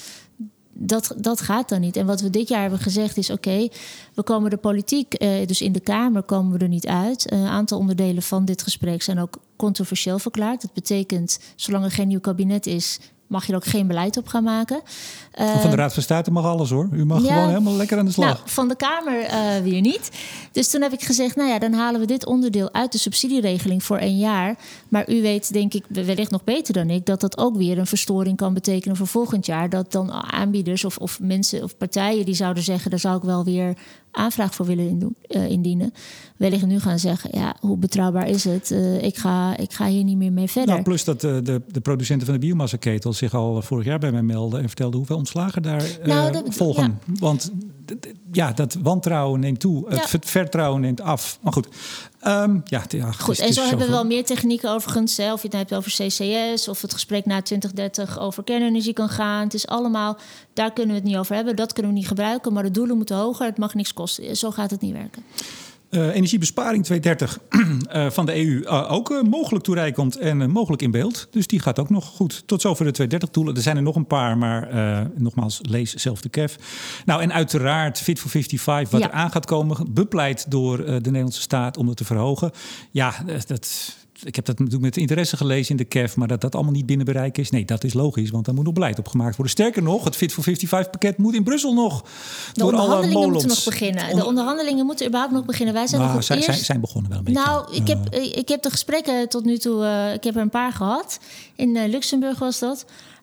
dat, dat gaat dan niet. En wat we dit jaar hebben gezegd is, oké, okay, we komen de politiek, eh, dus in de Kamer komen we er niet uit. Een aantal onderdelen van dit gesprek zijn ook controversieel verklaard. Dat betekent, zolang er geen nieuw kabinet is, mag je er ook geen beleid op gaan maken. Uh, van de Raad van State mag alles, hoor. U mag ja, gewoon helemaal lekker aan de slag. Nou, van de Kamer uh, weer niet. Dus toen heb ik gezegd, nou ja, dan halen we dit onderdeel uit de subsidieregeling voor één jaar. Maar u weet, denk ik, wellicht nog beter dan ik, dat dat ook weer een verstoring kan betekenen voor volgend jaar. Dat dan aanbieders of, of mensen of partijen die zouden zeggen, daar zou ik wel weer aanvraag voor willen indoen, uh, indienen. Wellicht nu gaan zeggen, ja, hoe betrouwbaar is het? Uh, ik, ga, ik ga hier niet meer mee verder. Nou, plus dat uh, de, de producenten van de biomassaketels zich al vorig jaar bij mij melden en vertelden hoeveel ontslagen daar uh, nou, dat, volgen. Ja. Want ja, dat wantrouwen neemt toe, ja. het vertrouwen neemt af. Maar goed, um, ja, ja, goed. Het is, en zo het hebben we wel meer technieken overigens. Hè, of je het hebt over C C S of het gesprek na twintig dertig over kernenergie kan gaan. Het is allemaal, daar kunnen we het niet over hebben. Dat kunnen we niet gebruiken, maar de doelen moeten hoger. Het mag niks kosten. Zo gaat het niet werken. Uh, energiebesparing tweeduizend dertig uh, van de E U uh, ook uh, mogelijk toereikend en uh, mogelijk in beeld. Dus die gaat ook nog goed. Tot zover de tweeduizend dertig doelen. Er zijn er nog een paar, maar uh, nogmaals, lees zelf de K E F. Nou, en uiteraard Fit for vijfenvijftig, wat ja. er aan gaat komen, bepleit door uh, de Nederlandse staat om het te verhogen. Ja, dat... Ik heb dat natuurlijk met interesse gelezen in de K E F, maar dat dat allemaal niet binnen bereik is. Nee, dat is logisch, want daar moet nog beleid op gemaakt worden. Sterker nog, het Fit for vijfenvijftig pakket moet in Brussel nog de door alle molens. De onderhandelingen moeten nog beginnen. De onderhandelingen moeten überhaupt nog beginnen. Wij zijn nou, nog op zij, eerst... zij zijn begonnen wel een beetje. Nou, ik, uh. heb, ik heb de gesprekken tot nu toe, uh, ik heb er een paar gehad. In uh, Luxemburg was dat.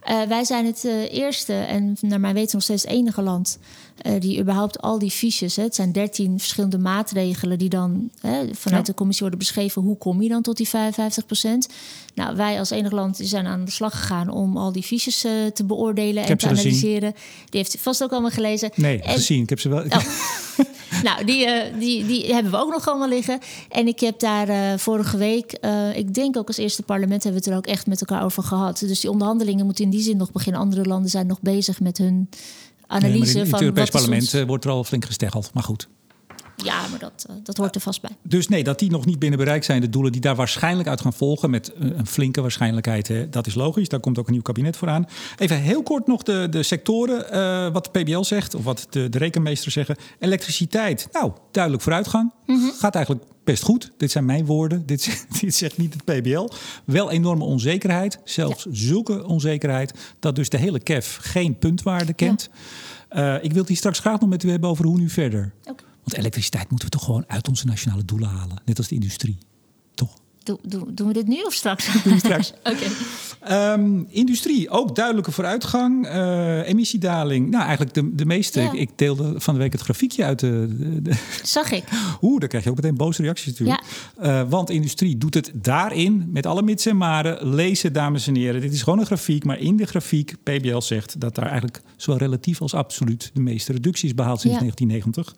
Uh, wij zijn het uh, eerste en naar mijn weten nog steeds het enige land uh, die überhaupt al die fiches, hè, het zijn dertien verschillende maatregelen die dan hè, vanuit ja. de commissie worden beschreven. Hoe kom je dan tot die vijfenvijftig procent? Nou, wij als enige land die zijn aan de slag gegaan om al die fiches uh, te beoordelen ik en te analyseren. Gezien. Die heeft u vast ook allemaal gelezen. Nee, en, gezien. Ik heb ze wel. Oh. Nou, die, uh, die, die hebben we ook nog allemaal liggen. En ik heb daar uh, vorige week, uh, ik denk ook als eerste parlement, hebben we het er ook echt met elkaar over gehad. Dus die onderhandelingen moeten in die zin nog beginnen. Andere landen zijn nog bezig met hun analyse. Nee, in, in van het Europees parlement ons... wordt er al flink gesteggeld, maar goed. Ja, maar dat, uh, dat hoort er vast bij. Dus nee, dat die nog niet binnen bereik zijn, de doelen die daar waarschijnlijk uit gaan volgen, met een flinke waarschijnheid, hè, dat is logisch. Daar komt ook een nieuw kabinet voor aan. Even heel kort nog de, de sectoren, uh, wat de P B L zegt, of wat de, de rekenmeesters zeggen. Elektriciteit, nou, duidelijk vooruitgang. Mm-hmm. Gaat eigenlijk best goed. Dit zijn mijn woorden. Dit, dit zegt niet het P B L. Wel enorme onzekerheid. Zelfs ja. zulke onzekerheid dat dus de hele K E F geen puntwaarde kent. Ja. Uh, ik wil het hier straks graag nog met u hebben over hoe nu verder. Okay. Want elektriciteit moeten we toch gewoon uit onze nationale doelen halen. Net als de industrie. Toch? Do, do, doen we dit nu of straks? Doen we straks. Oké. Okay. Um, industrie, ook duidelijke vooruitgang. Uh, emissiedaling. Nou, eigenlijk de, de meeste. Ja. Ik, ik deelde van de week het grafiekje uit. De, de, de... Zag ik. Oeh, daar krijg je ook meteen boze reacties natuurlijk. Ja. Uh, want industrie doet het daarin met alle mits en maren. Lezen, dames en heren. Dit is gewoon een grafiek. Maar in de grafiek, P B L zegt dat daar eigenlijk zowel relatief als absoluut de meeste reducties behaald sinds ja. negentien negentig.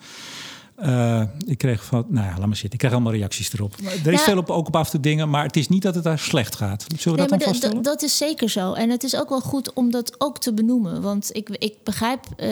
Uh, ik kreeg van, nou ja, laat maar zitten. Ik krijg allemaal reacties erop. Er is ja. veel op, ook op af te dingen, maar het is niet dat het daar slecht gaat. Zullen we nee, dat dan vaststellen? D- dat is zeker zo. En het is ook wel goed om dat ook te benoemen. Want ik, ik begrijp uh,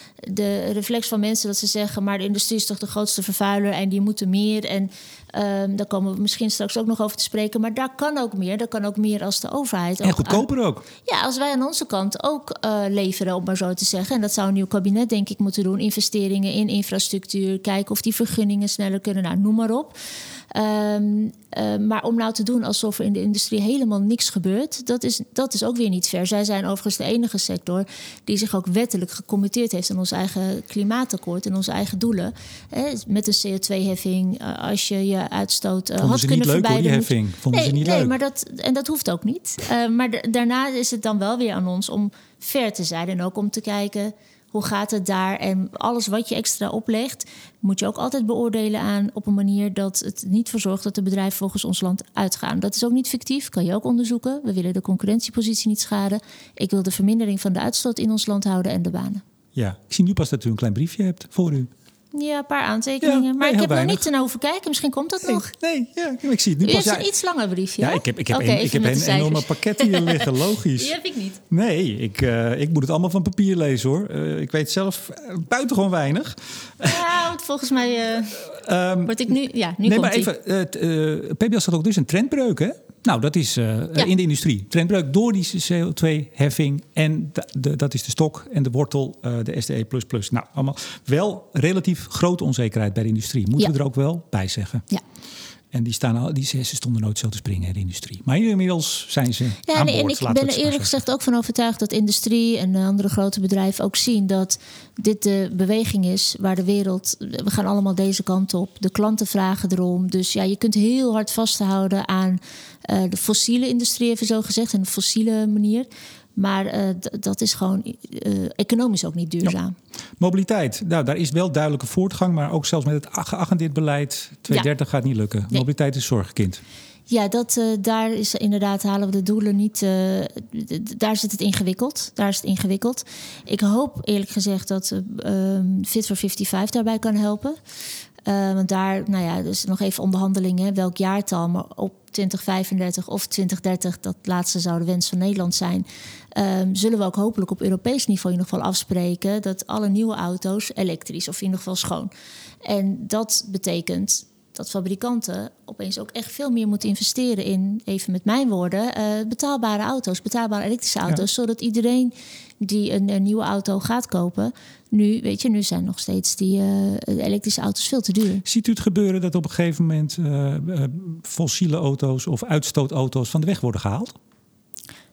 de reflex van mensen dat ze zeggen, maar de industrie is toch de grootste vervuiler en die moeten meer. En um, daar komen we misschien straks ook nog over te spreken. Maar daar kan ook meer. Daar kan ook meer als de overheid. En goedkoper ook. Ja, als wij aan onze kant ook uh, leveren, om maar zo te zeggen. En dat zou een nieuw kabinet denk ik moeten doen. Investeringen in infrastructuur. Kijken of die vergunningen sneller kunnen. Nou, noem maar op. Um, uh, maar om nou te doen alsof er in de industrie helemaal niks gebeurt, dat is, dat is ook weer niet fair. Zij zijn overigens de enige sector die zich ook wettelijk gecommitteerd heeft aan ons eigen klimaatakkoord en onze eigen doelen. Hè, met een C O twee heffing, uh, als je je uitstoot uh, had kunnen verbieden. Vonden ze niet leuk hoor, die heffing? Vonden nee, ze niet nee, leuk? Maar dat, en dat hoeft ook niet. Uh, maar d- daarna is het dan wel weer aan ons om fair te zijn en ook om te kijken, hoe gaat het daar? En alles wat je extra oplegt, moet je ook altijd beoordelen aan op een manier dat het niet voor zorgt dat de bedrijven volgens ons land uitgaan. Dat is ook niet fictief, kan je ook onderzoeken. We willen de concurrentiepositie niet schaden. Ik wil de vermindering van de uitstoot in ons land houden en de banen. Ja, ik zie nu pas dat u een klein briefje hebt voor u. Ja, een paar aantekeningen. Ja, maar ik heb weinig. nog niet te naar hoeven kijken. Misschien komt dat nee, nog. Nee, ja, ik zie het nu u pas. heeft een ja, iets langer briefje. Ja, ik heb, ik heb okay, een, ik heb een enorme pakket hier liggen, logisch. Die heb ik niet. Nee, ik, uh, ik moet het allemaal van papier lezen hoor. Uh, ik weet zelf uh, buitengewoon weinig. Ja, want volgens mij uh, um, word ik nu... Ja, nu nee, komt maar even, uh, uh, P B L staat ook dus een trendbreuk, hè? Nou, dat is uh, ja. in de industrie. Trendbreuk door die C O twee heffing. En de, de, dat is de stok en de wortel, uh, de S D E plus plus. Nou, allemaal wel relatief grote onzekerheid bij de industrie. Moeten ja. we er ook wel bij zeggen. Ja. En die, staan al, die ze stonden nooit zo te springen in de industrie. Maar inmiddels zijn ze ja, aan nee, boord. En ik ben er eerlijk gezegd ook van overtuigd dat industrie en andere grote bedrijven ook zien dat dit de beweging is waar de wereld... We gaan allemaal deze kant op. De klanten vragen erom. Dus ja, je kunt heel hard vasthouden aan uh, de fossiele industrie, even zo gezegd. En de fossiele manier. Maar uh, d- dat is gewoon uh, economisch ook niet duurzaam. Ja. Mobiliteit, nou, daar is wel duidelijke voortgang. Maar ook zelfs met het geagendeerd beleid tweeduizend dertig ja. gaat niet lukken. Nee. Mobiliteit is zorgkind. Ja, dat, uh, daar is inderdaad halen we de doelen niet. Uh, d- d- daar zit het ingewikkeld. Daar is het ingewikkeld. Ik hoop eerlijk gezegd dat uh, um, Fit for vijfenvijftig daarbij kan helpen. Uh, want daar, nou ja, dus nog even onderhandelingen. Welk jaartal, maar op twintig vijfendertig of twintig dertig, dat laatste zou de wens van Nederland zijn. Um, zullen we ook hopelijk op Europees niveau in ieder geval afspreken dat alle nieuwe auto's elektrisch of in ieder geval schoon. En dat betekent dat fabrikanten opeens ook echt veel meer moeten investeren in, even met mijn woorden, uh, betaalbare auto's, betaalbare elektrische auto's, ja. Zodat iedereen die een, een nieuwe auto gaat kopen, nu, weet je, nu zijn nog steeds die uh, elektrische auto's veel te duur. Ziet u het gebeuren dat op een gegeven moment uh, uh, fossiele auto's of uitstootauto's van de weg worden gehaald?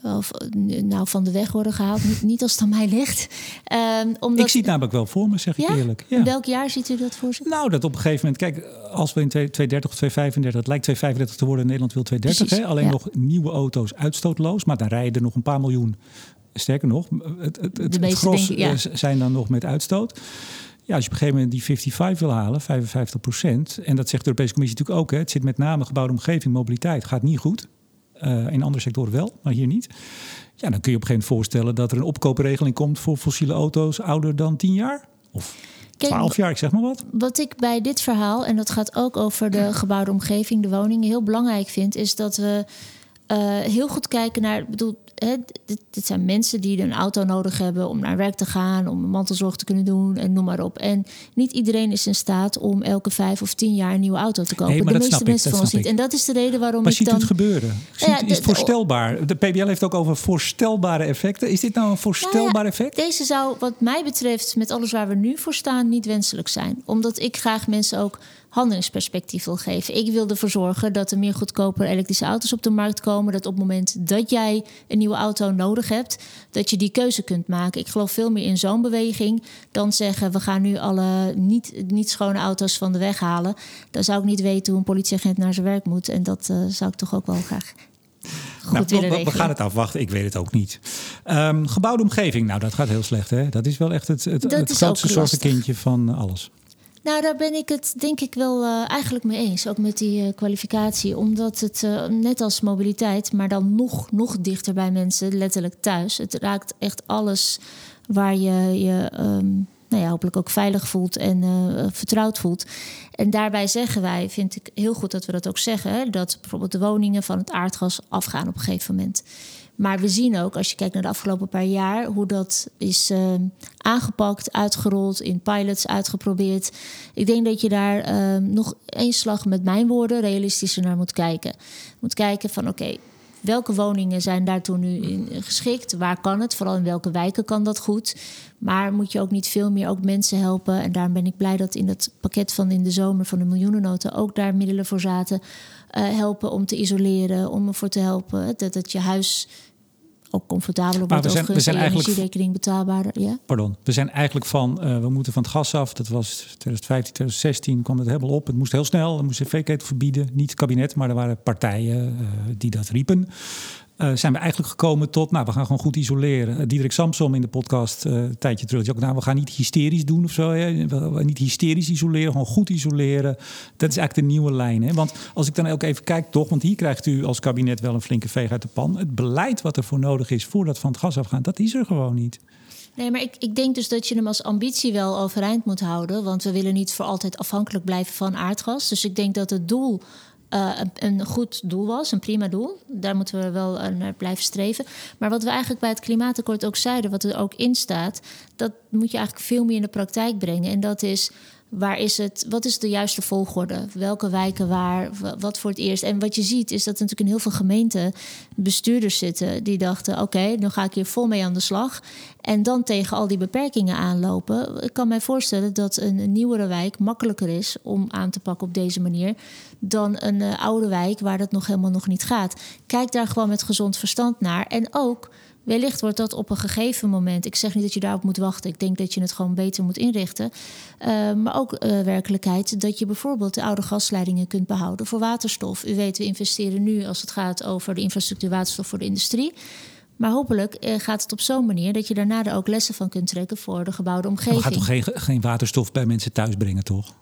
of, nou, van de weg worden gehaald. Niet, niet als het aan mij ligt. Um, omdat, ik zie het namelijk wel voor me, zeg ik ja? eerlijk. Ja. In welk jaar ziet u dat voor zich? Nou, dat op een gegeven moment... Kijk, als we in tweeduizend dertig of tweeduizend vijfendertig... het lijkt tweeduizend vijfendertig te worden, Nederland wil tweeduizend dertig. Hè? Alleen ja. nog nieuwe auto's uitstootloos. Maar dan rijden er nog een paar miljoen. Sterker nog, het, het, het, het gros denken, ja. zijn dan nog met uitstoot. Ja, als je op een gegeven moment die vijfenvijftig wil halen, vijfenvijftig procent... en dat zegt de Europese Commissie natuurlijk ook... Hè, het zit met name gebouwde omgeving, mobiliteit, gaat niet goed. Uh, in andere sectoren wel, maar hier niet. Ja, dan kun je op een gegeven moment voorstellen... dat er een opkoopregeling komt voor fossiele auto's ouder dan tien jaar. Of twaalf jaar, ik zeg maar wat. Wat ik bij dit verhaal, en dat gaat ook over de gebouwde omgeving, de woningen, heel belangrijk vind... is dat we uh, heel goed kijken naar... bedoel, Hè, dit, dit zijn mensen die een auto nodig hebben om naar werk te gaan, om een mantelzorg te kunnen doen en noem maar op. En niet iedereen is in staat om elke vijf of tien jaar een nieuwe auto te kopen. Nee, maar de dat meeste mensen ik, van ons niet. En dat is de reden waarom maar ik ziet dan... Maar ziet u het gebeuren? Ziet, ja, de, is het voorstelbaar? De P B L heeft ook over voorstelbare effecten. Is dit nou een voorstelbaar nou ja, effect? Deze zou wat mij betreft met alles waar we nu voor staan niet wenselijk zijn. Omdat ik graag mensen ook handelingsperspectief wil geven. Ik wil ervoor zorgen dat er meer goedkoper elektrische auto's op de markt komen. Dat op het moment dat jij een nieuwe auto nodig hebt, dat je die keuze kunt maken. Ik geloof veel meer in zo'n beweging dan zeggen we gaan nu alle niet, niet schone auto's van de weg halen. Dan zou ik niet weten hoe een politieagent naar zijn werk moet. En dat uh, zou ik toch ook wel graag goed nou, willen we, regelen. We gaan het afwachten, ik weet het ook niet. Um, gebouwde omgeving, nou dat gaat heel slecht. Hè? Dat is wel echt het, het, het grootste zorgenkindje van alles. Nou, daar ben ik het denk ik wel uh, eigenlijk mee eens. Ook met die uh, kwalificatie. Omdat het, uh, net als mobiliteit, maar dan nog, nog dichter bij mensen, letterlijk thuis. Het raakt echt alles waar je je um, nou ja, hopelijk ook veilig voelt en uh, vertrouwd voelt. En daarbij zeggen wij, vind ik heel goed dat we dat ook zeggen, hè, dat bijvoorbeeld de woningen van het aardgas afgaan op een gegeven moment. Maar we zien ook, als je kijkt naar de afgelopen paar jaar, hoe dat is uh, aangepakt, uitgerold, in pilots uitgeprobeerd. Ik denk dat je daar uh, nog één slag met mijn woorden realistischer naar moet kijken. Je moet kijken van oké, okay, welke woningen zijn daartoe nu in geschikt? Waar kan het? Vooral in welke wijken kan dat goed? Maar moet je ook niet veel meer ook mensen helpen? En daarom ben ik blij dat in dat pakket van in de zomer van de miljoenennota ook daar middelen voor zaten. Uh, helpen om te isoleren, om ervoor te helpen dat, dat je huis ook comfortabeler wordt, overigens, we zijn en je eigenlijk energierekening betaalbaarder. Ja? Pardon, we zijn eigenlijk van, uh, we moeten van het gas af. Dat was twintig vijftien, twintig zestien kwam het helemaal op. Het moest heel snel, we moesten cv-ketel verbieden. Niet het kabinet, maar er waren partijen uh, die dat riepen. Uh, zijn we eigenlijk gekomen tot, nou, we gaan gewoon goed isoleren. Uh, Diederik Samsom in de podcast uh, een tijdje terug. Die ook, nou, we gaan niet hysterisch doen of zo. Hè. We, we, niet hysterisch isoleren, gewoon goed isoleren. Dat is eigenlijk de nieuwe lijn. Hè. Want als ik dan ook even kijk, toch, want hier krijgt u als kabinet wel een flinke veeg uit de pan. Het beleid wat er voor nodig is voordat van het gas afgaan, dat is er gewoon niet. Nee, maar ik, ik denk dus dat je hem als ambitie wel overeind moet houden. Want we willen niet voor altijd afhankelijk blijven van aardgas. Dus ik denk dat het doel Uh, een goed doel was, een prima doel. Daar moeten we wel uh, naar blijven streven. Maar wat we eigenlijk bij het klimaatakkoord ook zeiden, wat er ook in staat, dat moet je eigenlijk veel meer in de praktijk brengen. En dat is, waar is het, wat is de juiste volgorde? Welke wijken waar, wat voor het eerst? En wat je ziet is dat er natuurlijk in heel veel gemeenten bestuurders zitten die dachten, oké, okay, dan ga ik hier vol mee aan de slag. En dan tegen al die beperkingen aanlopen. Ik kan mij voorstellen dat een, een nieuwere wijk makkelijker is om aan te pakken op deze manier dan een uh, oude wijk waar dat nog helemaal nog niet gaat. Kijk daar gewoon met gezond verstand naar. En ook, wellicht wordt dat op een gegeven moment, ik zeg niet dat je daarop moet wachten. Ik denk dat je het gewoon beter moet inrichten. Uh, maar ook uh, werkelijkheid dat je bijvoorbeeld de oude gasleidingen kunt behouden voor waterstof. U weet, we investeren nu als het gaat over de infrastructuur waterstof voor de industrie. Maar hopelijk uh, gaat het op zo'n manier dat je daarna er ook lessen van kunt trekken voor de gebouwde omgeving. We gaan toch geen, geen waterstof bij mensen thuis brengen, toch?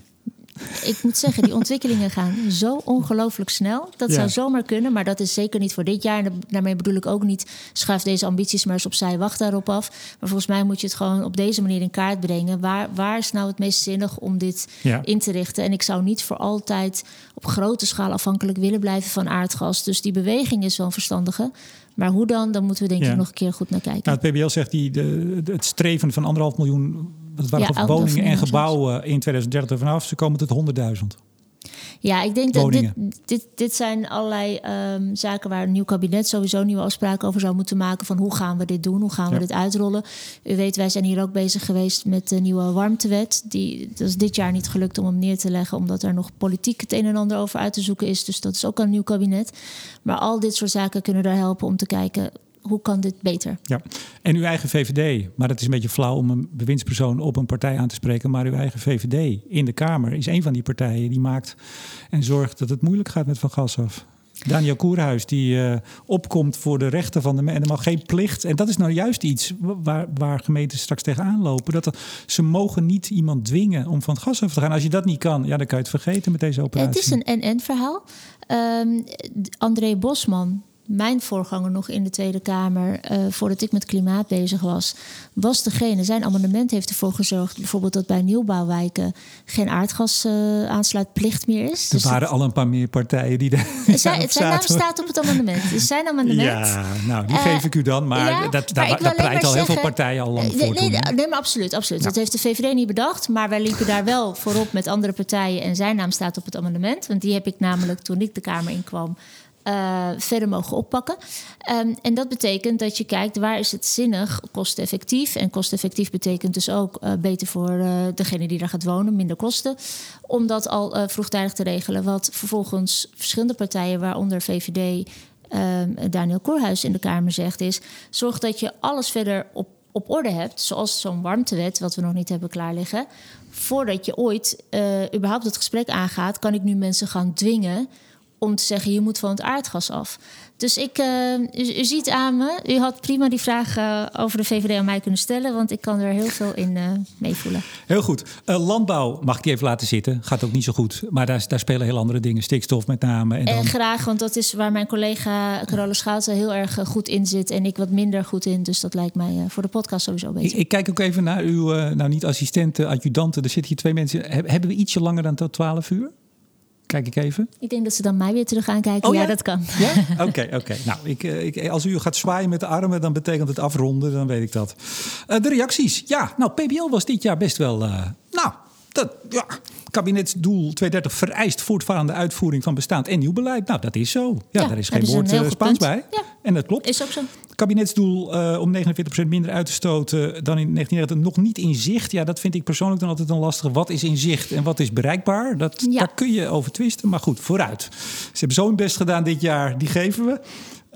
Ik moet zeggen, die ontwikkelingen gaan zo ongelooflijk snel. Dat ja. zou zomaar kunnen, maar dat is zeker niet voor dit jaar. En daarmee bedoel ik ook niet, schuif deze ambities maar eens opzij, wacht daarop af. Maar volgens mij moet je het gewoon op deze manier in kaart brengen. Waar, waar is nou het meest zinnig om dit ja. in te richten? En ik zou niet voor altijd op grote schaal afhankelijk willen blijven van aardgas. Dus die beweging is wel een verstandige. Maar hoe dan? Dan moeten we denk ja. ik nog een keer goed naar kijken. Nou, het P B L zegt die, de, de, het streven van anderhalf miljoen... Dat waren ja, woningen en gebouwen in tweeduizend dertig vanaf. Ze komen tot honderdduizend. Ja, ik denk dat dit, dit, dit zijn allerlei um, zaken waar een nieuw kabinet sowieso nieuwe afspraken over zou moeten maken. Van hoe gaan we dit doen? Hoe gaan we ja. dit uitrollen? U weet, wij zijn hier ook bezig geweest met de nieuwe warmtewet. Die, dat is dit jaar niet gelukt om hem neer te leggen, omdat er nog politiek het een en ander over uit te zoeken is. Dus dat is ook een nieuw kabinet. Maar al dit soort zaken kunnen daar helpen om te kijken, hoe kan dit beter? Ja, en uw eigen V V D, maar het is een beetje flauw om een bewindspersoon op een partij aan te spreken, maar uw eigen V V D in de Kamer is een van die partijen die maakt en zorgt dat het moeilijk gaat met van gas af. Daniel Koerhuis, die uh, opkomt voor de rechten van de mensen. En er mag geen plicht. En dat is nou juist iets waar, waar gemeenten straks tegenaan lopen. Dat er, ze mogen niet iemand dwingen om van het gas af te gaan. Als je dat niet kan, ja, dan kan je het vergeten met deze operatie. Het is een en-en verhaal. Um, André Bosman, mijn voorganger nog in de Tweede Kamer, uh, voordat ik met klimaat bezig was, was degene, zijn amendement heeft ervoor gezorgd, bijvoorbeeld dat bij nieuwbouwwijken geen aardgasaansluitplicht uh, meer is. Er dus waren het, al een paar meer partijen die daar Het zijn, het zijn naam staat op het amendement. Het is zijn amendement. Ja, nou, die uh, geef ik u dan. Maar ja, dat, daar, daar pleit al zeggen, heel veel partijen al lang nee, voor. Nee, toen, nee, maar absoluut. absoluut. Nou. Dat heeft de V V D niet bedacht. Maar wij liepen daar wel voorop met andere partijen. En zijn naam staat op het amendement. Want die heb ik namelijk, toen ik de Kamer inkwam, Uh, verder mogen oppakken. Um, en dat betekent dat je kijkt, waar is het zinnig, kosteneffectief. En kosteneffectief betekent dus ook uh, beter voor uh, degene die daar gaat wonen, minder kosten. Om dat al uh, vroegtijdig te regelen. Wat vervolgens verschillende partijen, waaronder V V D, um, Daniel Koerhuis in de Kamer zegt, is zorg dat je alles verder op, op orde hebt. Zoals zo'n warmtewet, wat we nog niet hebben klaar liggen. Voordat je ooit uh, überhaupt het gesprek aangaat, kan ik nu mensen gaan dwingen om te zeggen, je moet van het aardgas af. Dus ik, uh, u, u ziet aan me, u had prima die vraag uh, over de V V D aan mij kunnen stellen, want ik kan er heel veel in uh, meevoelen. Heel goed. Uh, landbouw mag ik die even laten zitten. Gaat ook niet zo goed. Maar daar, daar spelen heel andere dingen. Stikstof met name. En, dan... en graag, want dat is waar mijn collega Carola Schouten heel erg goed in zit en ik wat minder goed in. Dus dat lijkt mij uh, voor de podcast sowieso beter. Ik, ik kijk ook even naar uw, uh, nou niet assistenten, adjudanten. Er zitten hier twee mensen. He, hebben we ietsje langer dan tot twaalf uur? Kijk ik even. Ik denk dat ze dan mij weer terug aankijken. Oh, ja? ja, dat kan. Ja? Oké, okay, oké. Okay. Nou, ik, ik, als u gaat zwaaien met de armen, dan betekent het afronden. Dan weet ik dat. Uh, de reacties. Ja, nou, P B L was dit jaar best wel... Uh, nou, dat... Ja. Kabinetsdoel tweehonderddertig vereist voortvarende uitvoering van bestaand en nieuw beleid. Nou, dat is zo. Ja, ja daar is geen is woord uh, Spaans bij. Ja. En dat klopt. Is ook zo. Kabinetsdoel uh, om negenenveertig procent minder uit te stoten dan in negentien negentig nog niet in zicht. Ja, dat vind ik persoonlijk dan altijd een lastig. Wat is in zicht en wat is bereikbaar? Dat, ja. Daar kun je over twisten. Maar goed, vooruit. Ze hebben zo hun best gedaan dit jaar. Die geven we.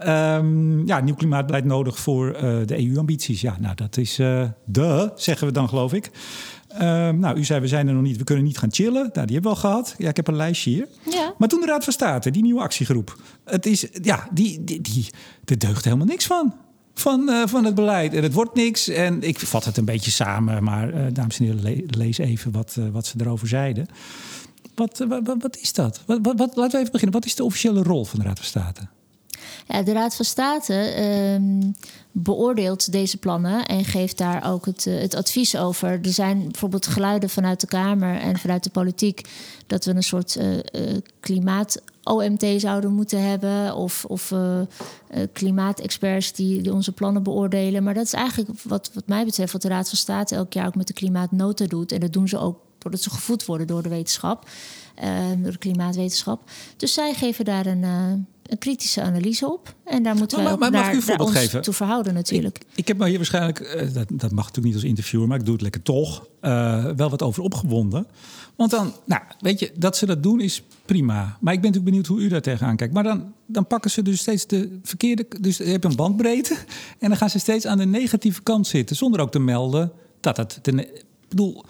Um, ja, nieuw klimaatbeleid nodig voor uh, de E U-ambities. Ja, nou, dat is uh, de, zeggen we dan, geloof ik. Uh, nou, u zei, we zijn er nog niet, we kunnen niet gaan chillen. Nou, die hebben we al gehad. Ja, ik heb een lijstje hier. Ja. Maar toen de Raad van State, die nieuwe actiegroep. Het is, ja, die, die, die, er deugt helemaal niks van. Van, uh, van het beleid. En het wordt niks. En ik vat het een beetje samen. Maar, uh, dames en heren, le- lees even wat, uh, wat ze erover zeiden. Wat, uh, wat, wat is dat? Wat, wat, wat, laten we even beginnen. Wat is de officiële rol van de Raad van State? Ja, de Raad van State um, beoordeelt deze plannen en geeft daar ook het, uh, het advies over. Er zijn bijvoorbeeld geluiden vanuit de Kamer en vanuit de politiek dat we een soort uh, uh, klimaat-O M T zouden moeten hebben. Of, of uh, uh, klimaatexperts die, die onze plannen beoordelen. Maar dat is eigenlijk wat, wat mij betreft wat de Raad van State elk jaar ook met de klimaatnota doet. En dat doen ze ook doordat ze gevoed worden door de wetenschap, uh, door de klimaatwetenschap. Dus zij geven daar een... Uh, een kritische analyse op. En daar moeten we maar, maar, naar ons geven? toe verhouden natuurlijk. Ik, ik heb me hier waarschijnlijk, uh, dat, dat mag natuurlijk niet als interviewer, maar ik doe het lekker toch, uh, wel wat over opgewonden. Want dan, nou, weet je, dat ze dat doen is prima. Maar ik ben natuurlijk benieuwd hoe u daar tegenaan kijkt. Maar dan, dan pakken ze dus steeds de verkeerde... Dus je hebt een bandbreedte en dan gaan ze steeds aan de negatieve kant zitten, zonder ook te melden dat het... De, ik bedoel...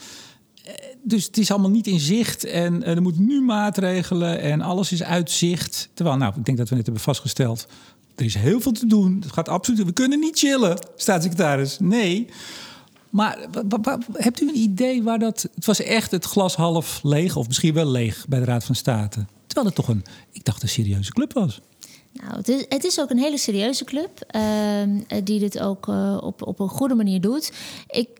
Dus het is allemaal niet in zicht en er moet nu maatregelen en alles is uit zicht. Terwijl, nou, ik denk dat we net hebben vastgesteld, er is heel veel te doen. Het gaat absoluut, we kunnen niet chillen, staatssecretaris. Nee. Maar w- w- hebt u een idee waar dat... Het was echt het glas half leeg, of misschien wel leeg bij de Raad van State. Terwijl het toch een, ik dacht, een serieuze club was. Nou, het is, het is ook een hele serieuze club uh, die dit ook uh, op, op een goede manier doet. Ik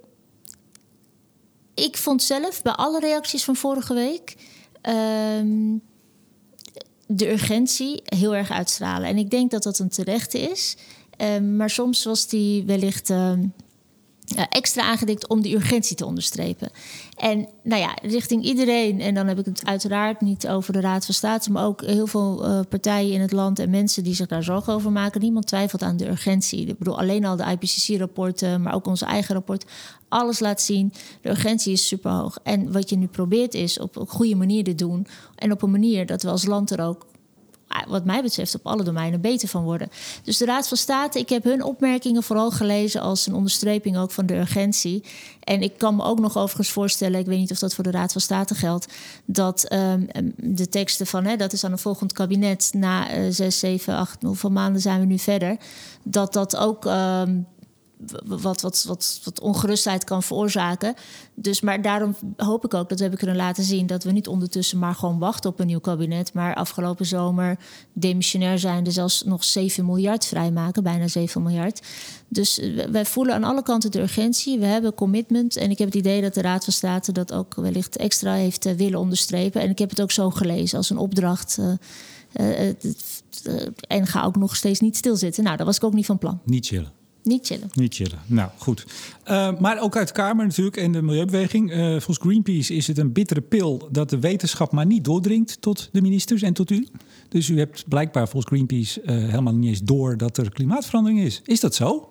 Ik vond zelf bij alle reacties van vorige week um, de urgentie heel erg uitstralen. En ik denk dat dat een terechte is. Um, maar soms was die wellicht um, Uh, extra aangedikt om de urgentie te onderstrepen. En nou ja, richting iedereen, en dan heb ik het uiteraard niet over de Raad van State, maar ook heel veel uh, partijen in het land en mensen die zich daar zorgen over maken. Niemand twijfelt aan de urgentie. Ik bedoel, alleen al de I P C C-rapporten, maar ook onze eigen rapport. Alles laat zien, de urgentie is superhoog. En wat je nu probeert is op een goede manier dit doen. En op een manier dat we als land er ook, wat mij betreft, op alle domeinen beter van worden. Dus de Raad van State, ik heb hun opmerkingen vooral gelezen als een onderstreping ook van de urgentie. En ik kan me ook nog overigens voorstellen, ik weet niet of dat voor de Raad van State geldt, dat um, de teksten van, hè, dat is aan een volgend kabinet na uh, zes, zeven, acht, hoeveel maanden zijn we nu verder, dat dat ook Um, Wat, wat, wat, wat ongerustheid kan veroorzaken. Dus, maar daarom hoop ik ook, dat heb ik kunnen laten zien, dat we niet ondertussen maar gewoon wachten op een nieuw kabinet, maar afgelopen zomer demissionair zijnde zelfs nog zeven miljard vrijmaken, bijna zeven miljard. Dus wij voelen aan alle kanten de urgentie. We hebben commitment en ik heb het idee dat de Raad van State dat ook wellicht extra heeft uh, willen onderstrepen. En ik heb het ook zo gelezen als een opdracht. Uh, uh, uh, en ga ook nog steeds niet stilzitten. Nou, dat was ik ook niet van plan. Niet chillen. Niet chillen. Niet chillen. Nou, goed. Uh, maar ook uit de Kamer natuurlijk en de Milieubeweging. Uh, volgens Greenpeace is het een bittere pil dat de wetenschap maar niet doordringt tot de ministers en tot u. Dus u hebt blijkbaar volgens Greenpeace uh, helemaal niet eens door dat er klimaatverandering is. Is dat zo?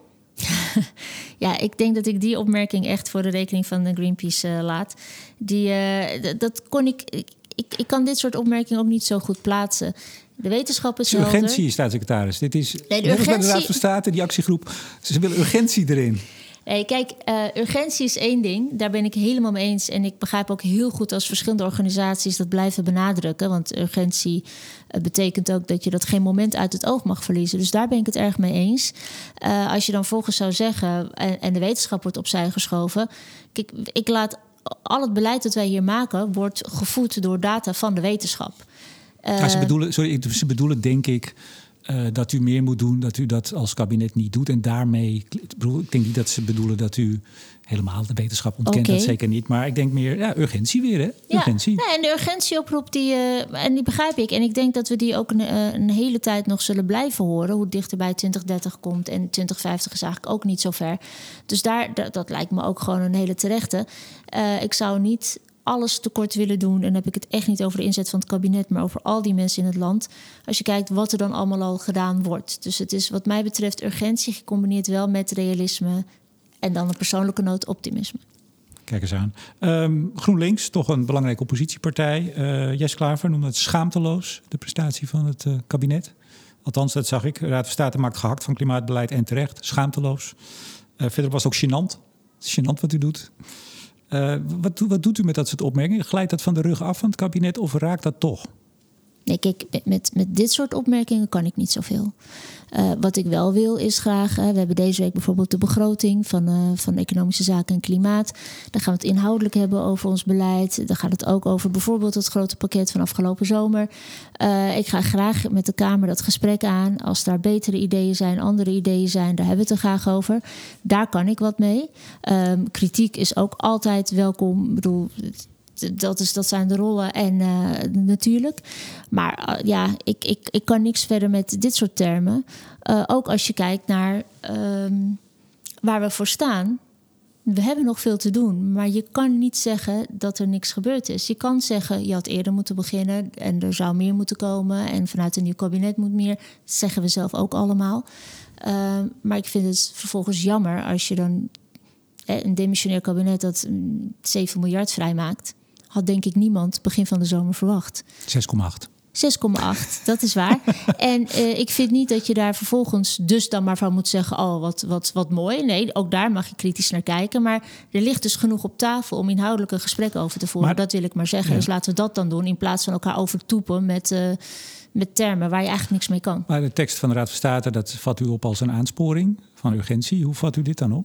Ja, ik denk dat ik die opmerking echt voor de rekening van de Greenpeace uh, laat. Die, uh, d- dat kon ik, ik, ik... Ik kan dit soort opmerkingen ook niet zo goed plaatsen. De wetenschap is helder. Urgentie, staatssecretaris. Dit is nee, de net als bij de urgentie... Raad van State, die actiegroep. Ze willen urgentie erin. Nee, kijk, uh, urgentie is één ding. Daar ben ik helemaal mee eens. En ik begrijp ook heel goed als verschillende organisaties dat blijven benadrukken. Want urgentie uh, betekent ook dat je dat geen moment uit het oog mag verliezen. Dus daar ben ik het erg mee eens. Uh, als je dan volgens zou zeggen, en, en de wetenschap wordt opzij geschoven. Kijk, ik laat al het beleid dat wij hier maken, wordt gevoed door data van de wetenschap. Uh, Maar ze bedoelen, sorry, ze bedoelen denk ik uh, dat u meer moet doen, dat u dat als kabinet niet doet. En daarmee, ik, bedoel, ik denk niet dat ze bedoelen dat u helemaal de wetenschap ontkent, okay. Dat zeker niet. Maar ik denk meer, ja, urgentie weer, hè? Ja, urgentie. Ja, en de urgentieoproep, die, uh, en die begrijp ik. En ik denk dat we die ook een, uh, een hele tijd nog zullen blijven horen. Hoe het dichter bij twintig dertig komt. En twintig vijftig is eigenlijk ook niet zo ver. Dus daar, dat, dat lijkt me ook gewoon een hele terechte. Uh, ik zou niet alles tekort willen doen. En dan heb ik het echt niet over de inzet van het kabinet, maar over al die mensen in het land. Als je kijkt wat er dan allemaal al gedaan wordt. Dus het is wat mij betreft urgentie gecombineerd wel met realisme. En dan een persoonlijke noot optimisme. Kijk eens aan. Um, GroenLinks, toch een belangrijke oppositiepartij. Uh, Jesse Klaver noemde het schaamteloos, de prestatie van het uh, kabinet. Althans, dat zag ik. De Raad van State maakt gehakt van klimaatbeleid en terecht. Schaamteloos. Uh, verder was het ook gênant. Het is gênant wat u doet. Uh, wat, wat doet u met dat soort opmerkingen? Glijdt dat van de rug af van het kabinet of raakt dat toch? Nee, kijk, met, met dit soort opmerkingen kan ik niet zoveel. Uh, wat ik wel wil is graag, uh, we hebben deze week bijvoorbeeld de begroting van, uh, van Economische Zaken en Klimaat. Daar gaan we het inhoudelijk hebben over ons beleid. Daar gaat het ook over bijvoorbeeld het grote pakket van afgelopen zomer. Uh, ik ga graag met de Kamer dat gesprek aan. Als daar betere ideeën zijn, andere ideeën zijn, daar hebben we het er graag over. Daar kan ik wat mee. Um, kritiek is ook altijd welkom. Ik bedoel, Dat, is, dat zijn de rollen en uh, natuurlijk. Maar uh, ja, ik, ik, ik kan niks verder met dit soort termen. Uh, ook als je kijkt naar um, waar we voor staan. We hebben nog veel te doen. Maar je kan niet zeggen dat er niks gebeurd is. Je kan zeggen, je had eerder moeten beginnen en er zou meer moeten komen. En vanuit een nieuw kabinet moet meer. Dat zeggen we zelf ook allemaal. Uh, maar ik vind het vervolgens jammer als je dan eh, een demissionair kabinet dat zeven miljard vrijmaakt. Had denk ik niemand begin van de zomer verwacht. zes komma acht. zes komma acht, dat is waar. En uh, ik vind niet dat je daar vervolgens dus dan maar van moet zeggen, oh, wat, wat, wat mooi. Nee, ook daar mag je kritisch naar kijken. Maar er ligt dus genoeg op tafel om inhoudelijk een gesprek over te voeren. Maar, dat wil ik maar zeggen. Ja. Dus laten we dat dan doen in plaats van elkaar overtoepen met, uh, met termen waar je eigenlijk niks mee kan. Maar de tekst van de Raad van State, dat vat u op als een aansporing van urgentie. Hoe vat u dit dan op?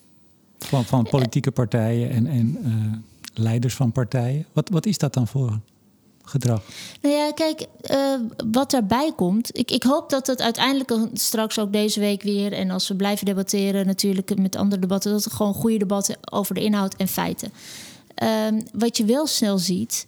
Van, van politieke partijen en... en uh, leiders van partijen. Wat, wat is dat dan voor gedrag? Nou ja, kijk, uh, wat daarbij komt. Ik, ik hoop dat het uiteindelijk straks ook deze week weer, en als we blijven debatteren natuurlijk met andere debatten, dat er gewoon goede debatten over de inhoud en feiten. Uh, wat je wel snel ziet,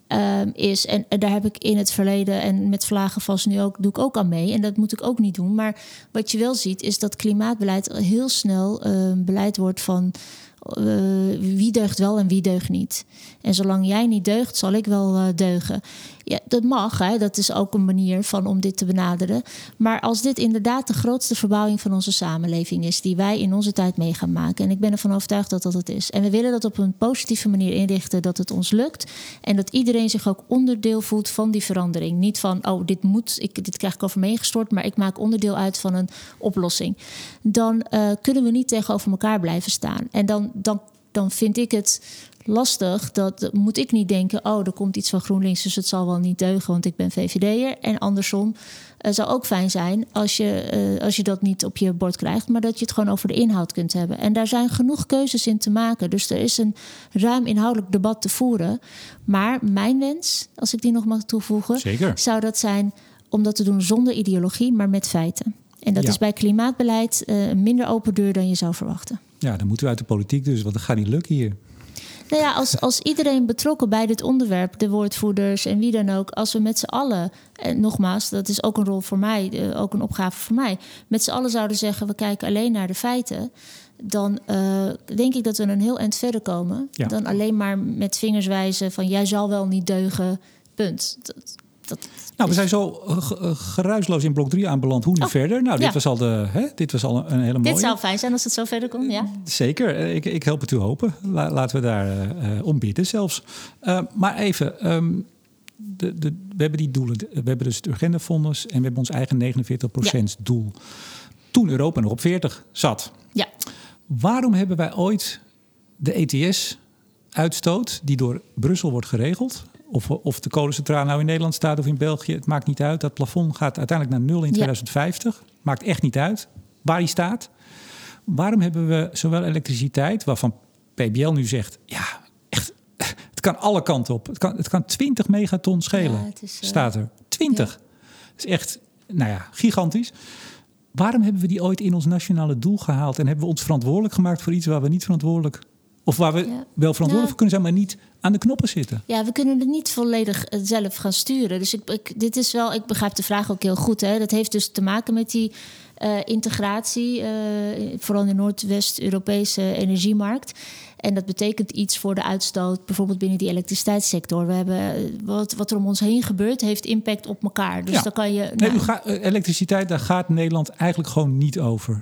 Uh, is, en, en daar heb ik in het verleden en met vlagen vast nu ook, doe ik ook aan mee. En dat moet ik ook niet doen. Maar wat je wel ziet, is dat klimaatbeleid heel snel uh, beleid wordt van Uh, wie deugt wel en wie deugt niet. En zolang jij niet deugt, zal ik wel uh, deugen. Ja, dat mag, hè? Dat is ook een manier van om dit te benaderen. Maar als dit inderdaad de grootste verbouwing van onze samenleving is, die wij in onze tijd mee gaan maken, en ik ben ervan overtuigd dat dat het is. En we willen dat op een positieve manier inrichten, dat het ons lukt. En dat iedereen zich ook onderdeel voelt van die verandering. Niet van, oh, dit moet, ik, dit krijg ik over me gestort, maar ik maak onderdeel uit van een oplossing. Dan uh, kunnen we niet tegenover elkaar blijven staan. En dan Dan, dan vind ik het lastig. Dat moet ik niet denken, oh, er komt iets van GroenLinks, dus het zal wel niet deugen, want ik ben V V D'er. En andersom uh, zou ook fijn zijn als je, uh, als je dat niet op je bord krijgt, maar dat je het gewoon over de inhoud kunt hebben. En daar zijn genoeg keuzes in te maken. Dus er is een ruim inhoudelijk debat te voeren. Maar mijn wens, als ik die nog mag toevoegen, Zeker. zou dat zijn om dat te doen zonder ideologie, maar met feiten. En dat ja. is bij klimaatbeleid uh, een minder open deur dan je zou verwachten. Ja, dan moeten we uit de politiek dus, want dat gaat niet lukken hier. Nou ja, als, als iedereen betrokken bij dit onderwerp, de woordvoerders en wie dan ook, als we met z'n allen, en nogmaals, dat is ook een rol voor mij, uh, ook een opgave voor mij, met z'n allen zouden zeggen, we kijken alleen naar de feiten, dan uh, denk ik dat we een heel eind verder komen ja. dan alleen maar met vingers wijzen van jij zal wel niet deugen, punt. Dat, Dat nou, we zijn zo uh, geruisloos in blok drie aanbeland. Hoe nu oh, verder? Nou, dit, ja. was al de, hè, dit was al een hele mooie. Dit zou fijn zijn als het zo verder komt, ja. Zeker, ik, ik help het u hopen. La, laten we daar uh, om bidden zelfs. Uh, maar even, um, de, de, we hebben die doelen. We hebben dus het Urgenda-fonds en we hebben ons eigen negenenveertig procent ja. doel. Toen Europa nog op veertig zat. Ja. Waarom hebben wij ooit de E T S-uitstoot die door Brussel wordt geregeld, Of, of de kolencentrale nou in Nederland staat of in België, het maakt niet uit. Dat plafond gaat uiteindelijk naar nul in tweeduizend vijftig. Ja. Maakt echt niet uit waar die staat. Waarom hebben we zowel elektriciteit, waarvan P B L nu zegt, ja, echt, het kan alle kanten op. Het kan, het kan twintig megaton schelen, ja, is, uh, staat er. twintig. Ja. Dat is echt, nou ja, gigantisch. Waarom hebben we die ooit in ons nationale doel gehaald en hebben we ons verantwoordelijk gemaakt voor iets waar we niet verantwoordelijk, of waar we ja. wel verantwoordelijk nou, voor kunnen zijn, maar niet aan de knoppen zitten? Ja, we kunnen het niet volledig zelf gaan sturen. Dus ik, ik, dit is wel, ik begrijp de vraag ook heel goed. Hè. Dat heeft dus te maken met die uh, integratie, uh, vooral in de Noordwest-Europese energiemarkt. En dat betekent iets voor de uitstoot, bijvoorbeeld binnen die elektriciteitssector. We hebben wat, wat er om ons heen gebeurt, heeft impact op elkaar. Dus ja. dan kan je. Nou, nee, u ga, elektriciteit, daar gaat Nederland eigenlijk gewoon niet over.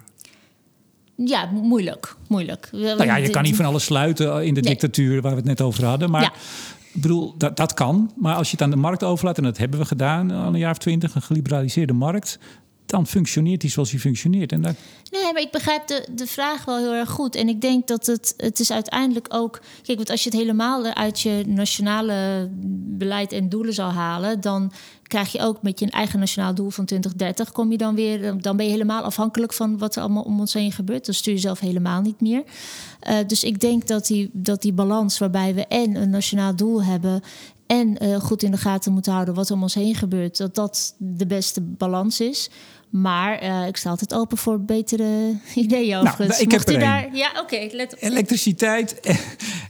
Ja, moeilijk. moeilijk. Nou ja, je kan niet van alles sluiten in de nee. dictatuur waar we het net over hadden. Maar ja. ik bedoel, dat, dat kan. Maar als je het aan de markt overlaat, en dat hebben we gedaan al een jaar of twintig, een geliberaliseerde markt, dan functioneert die zoals die functioneert. En dat... Nee, maar ik begrijp de, de vraag wel heel erg goed. En ik denk dat het, het is uiteindelijk ook... Kijk, want als je het helemaal uit je nationale beleid en doelen zou halen, dan krijg je ook met je eigen nationaal doel van twintig dertig, kom je dan weer, dan ben je helemaal afhankelijk van wat er allemaal om ons heen gebeurt. Dan stuur je zelf helemaal niet meer. Uh, dus ik denk dat die, dat die balans waarbij we en een nationaal doel hebben en uh, goed in de gaten moeten houden wat er om ons heen gebeurt, dat dat de beste balans is. Maar uh, ik sta altijd open voor betere ideeën overigens. Nou, ik Mocht heb er daar... Ja, oké. Okay, let op. Elektriciteit en,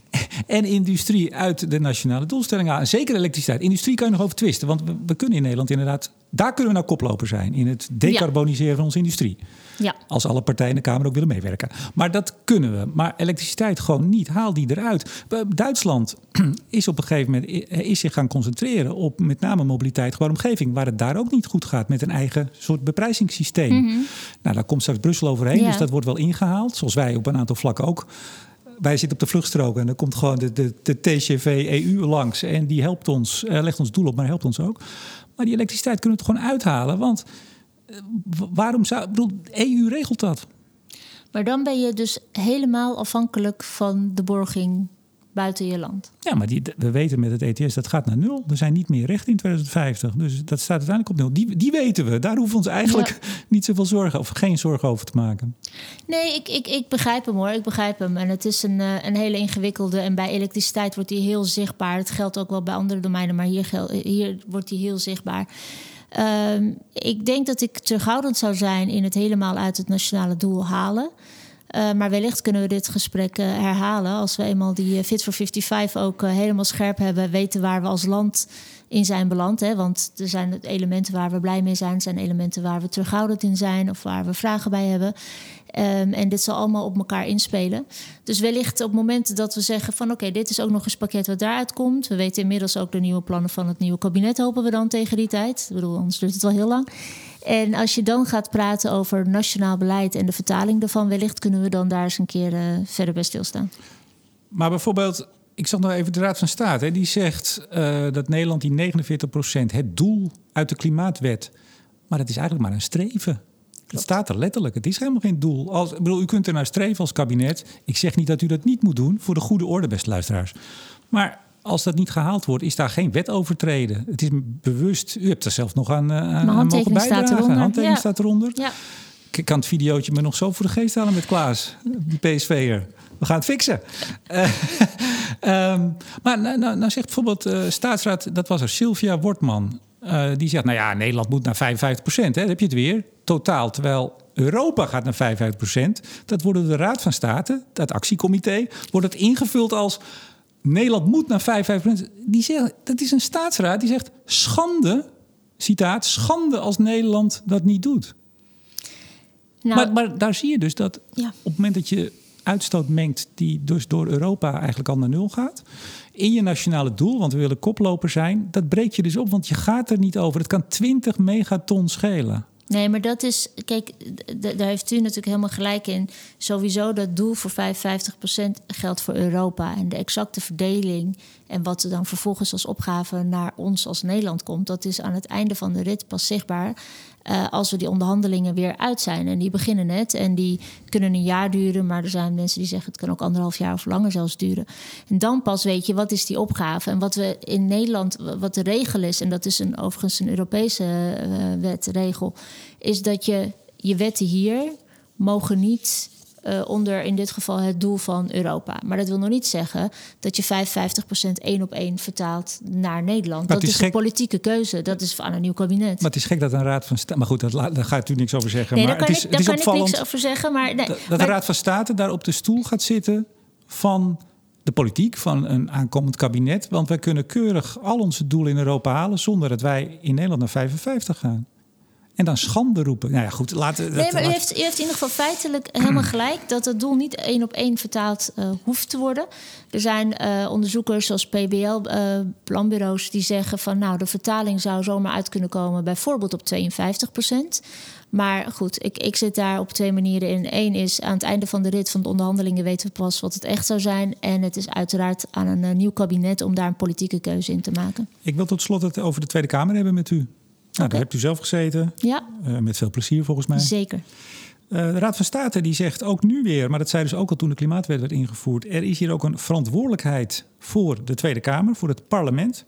en industrie uit de nationale doelstellingen aan. Zeker elektriciteit. Industrie kan je nog over twisten. Want we, we kunnen in Nederland inderdaad, daar kunnen we nou koploper zijn in het decarboniseren ja. van onze industrie. Ja. Als alle partijen in de Kamer ook willen meewerken. Maar dat kunnen we. Maar elektriciteit gewoon niet. Haal die eruit. Duitsland is op een gegeven moment is zich gaan concentreren op met name mobiliteit, gewoon omgeving, waar het daar ook niet goed gaat met een eigen soort beprijzingssysteem. Mm-hmm. Nou, daar komt straks Brussel overheen, ja. dus dat wordt wel ingehaald. Zoals wij op een aantal vlakken ook. Wij zitten op de vluchtstrook en dan komt gewoon de, de, de T C V E U langs. En die helpt ons, uh, legt ons doel op, maar helpt ons ook. Maar die elektriciteit kunnen we het gewoon uithalen. Want uh, waarom zou... Ik bedoel, de E U regelt dat. Maar dan ben je dus helemaal afhankelijk van de borging buiten je land. Ja, maar die, we weten met het E T S, dat gaat naar nul. Er zijn niet meer rechten in twintig vijftig. Dus dat staat uiteindelijk op nul. Die, die weten we. Daar hoeven we ons eigenlijk ja. niet zoveel zorgen of geen zorgen over te maken. Nee, ik, ik, ik begrijp hem hoor. Ik begrijp hem. En het is een, een hele ingewikkelde. En bij elektriciteit wordt die heel zichtbaar. Het geldt ook wel bij andere domeinen, maar hier, geld, hier wordt die heel zichtbaar. Um, ik denk dat ik terughoudend zou zijn in het helemaal uit het nationale doel halen. Uh, maar wellicht kunnen we dit gesprek uh, herhalen als we eenmaal die uh, Fit for vijfenvijftig ook uh, helemaal scherp hebben, weten waar we als land in zijn beland. Hè? Want er zijn elementen waar we blij mee zijn, er zijn elementen waar we terughoudend in zijn of waar we vragen bij hebben. Um, en dit zal allemaal op elkaar inspelen. Dus wellicht op het moment dat we zeggen van oké, okay, dit is ook nog eens pakket wat daaruit komt. We weten inmiddels ook de nieuwe plannen van het nieuwe kabinet, hopen we dan tegen die tijd. Ik bedoel, anders duurt het wel heel lang. En als je dan gaat praten over nationaal beleid en de vertaling daarvan, wellicht kunnen we dan daar eens een keer uh, verder bij stilstaan. Maar bijvoorbeeld, ik zag nog even de Raad van State, hè, die zegt uh, dat Nederland die negenenveertig procent het doel uit de klimaatwet, maar dat is eigenlijk maar een streven. Het staat er letterlijk. Het is helemaal geen doel. Als, ik bedoel, u kunt er naar streven als kabinet. Ik zeg niet dat u dat niet moet doen, voor de goede orde, beste luisteraars. Maar als dat niet gehaald wordt, is daar geen wet overtreden. Het is bewust. U hebt er zelf nog aan, uh, aan mogen bijdragen. Staat eronder. Handtekening ja. staat eronder. Ja. Ik kan het videootje me nog zo voor de geest halen met Klaas, die P S V'er. We gaan het fixen. Uh, um, maar nou, nou, nou zegt bijvoorbeeld uh, staatsraad, dat was er, Sylvia Wortman. Uh, die zegt, nou ja, Nederland moet naar vijfenvijftig procent. Hè, dan heb je het weer, totaal. Terwijl Europa gaat naar vijfenvijftig procent. Dat wordt door de Raad van State, dat actiecomité, wordt het ingevuld als Nederland moet naar vijfenvijftig procent. Die zegt, dat is een staatsraad die zegt, schande, citaat, schande als Nederland dat niet doet. Nou, maar, maar daar zie je dus dat ja. op het moment dat je uitstoot mengt die dus door Europa eigenlijk al naar nul gaat, in je nationale doel, want we willen koploper zijn, dat breekt je dus op, want je gaat er niet over. Het kan twintig megaton schelen. Nee, maar dat is, kijk, d- daar heeft u natuurlijk helemaal gelijk in. Sowieso dat doel voor vijfenvijftig procent geldt voor Europa. En de exacte verdeling en wat er dan vervolgens als opgave naar ons als Nederland komt, dat is aan het einde van de rit pas zichtbaar uh, als we die onderhandelingen weer uit zijn. En die beginnen net en die kunnen een jaar duren, maar er zijn mensen die zeggen het kan ook anderhalf jaar of langer zelfs duren. En dan pas weet je, wat is die opgave? En wat we in Nederland, wat de regel is, en dat is een, overigens een Europese uh, wetregel, is dat je je wetten hier mogen niet uh, onder in dit geval het doel van Europa. Maar dat wil nog niet zeggen dat je vijfenvijftig procent één op één vertaalt naar Nederland. Dat is, is een politieke keuze. Dat is aan een nieuw kabinet. Maar het is gek dat een Raad van State... Maar goed, dat, daar gaat u niks over zeggen. Nee, maar daar het kan, is, ik, daar het is kan opvallend ik niks over zeggen. Maar, nee, dat maar, de Raad van State daar op de stoel gaat zitten van de politiek, van een aankomend kabinet. Want wij kunnen keurig al onze doelen in Europa halen zonder dat wij in Nederland naar vijfenvijftig gaan. En dan schande roepen. Nou ja, goed, laten. Nee, maar u heeft, u heeft in ieder geval feitelijk helemaal gelijk dat het doel niet één op één vertaald uh, hoeft te worden. Er zijn uh, onderzoekers zoals P B L, uh, planbureaus, die zeggen van nou, de vertaling zou zomaar uit kunnen komen, bijvoorbeeld op tweeënvijftig procent. Maar goed, ik, ik zit daar op twee manieren in. Eén is aan het einde van de rit van de onderhandelingen weten we pas wat het echt zou zijn. En het is uiteraard aan een uh, nieuw kabinet om daar een politieke keuze in te maken. Ik wil tot slot het over de Tweede Kamer hebben met u. Nou, daar hebt u zelf gezeten. Ja. Uh, met veel plezier volgens mij. Zeker. Uh, de Raad van State die zegt ook nu weer, maar dat zei dus ook al toen de klimaatwet werd ingevoerd, er is hier ook een verantwoordelijkheid voor de Tweede Kamer, voor het parlement.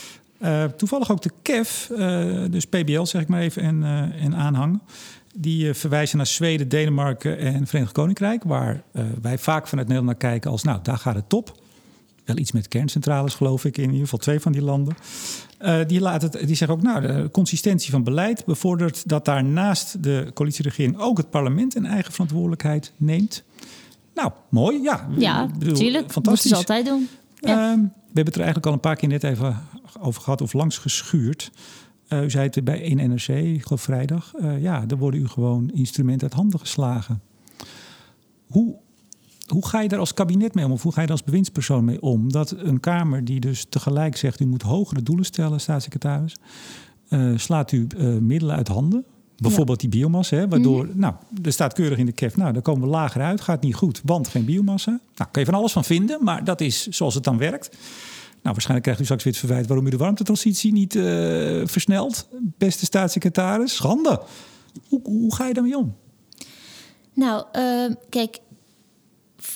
Uh, toevallig ook de K E F, uh, dus P B L zeg ik maar even, en, uh, en aanhang. Die uh, verwijzen naar Zweden, Denemarken en Verenigd Koninkrijk, waar uh, wij vaak vanuit Nederland naar kijken als, nou, daar gaat het top. Wel iets met kerncentrales, geloof ik, in ieder geval twee van die landen. Uh, die, laat het, die zeggen ook, nou, de consistentie van beleid bevordert dat daar naast de coalitieregering ook het parlement een eigen verantwoordelijkheid neemt. Nou, mooi, ja. Ja, natuurlijk. Fantastisch. Dat moeten ze altijd doen. Ja. Uh, we hebben het er eigenlijk al een paar keer net even over gehad of langs geschuurd. Uh, u zei het bij één N R C, ik geloof vrijdag. Uh, ja, er worden u gewoon instrumenten uit handen geslagen. Hoe... Hoe ga je daar als kabinet mee om? Of hoe ga je daar als bewindspersoon mee om? Dat een Kamer die dus tegelijk zegt, u moet hogere doelen stellen, staatssecretaris. Uh, slaat u uh, middelen uit handen. Bijvoorbeeld ja. die biomassa. Hè, waardoor, mm-hmm. nou, er staat keurig in de K E F, nou, daar komen we lager uit. Gaat niet goed, want geen biomassa. Nou, kan je van alles van vinden, maar dat is zoals het dan werkt. Nou, waarschijnlijk krijgt u straks weer het verwijt waarom u de warmtetransitie niet uh, versnelt. Beste staatssecretaris, schande. Hoe, hoe ga je daarmee om? Nou, uh, kijk...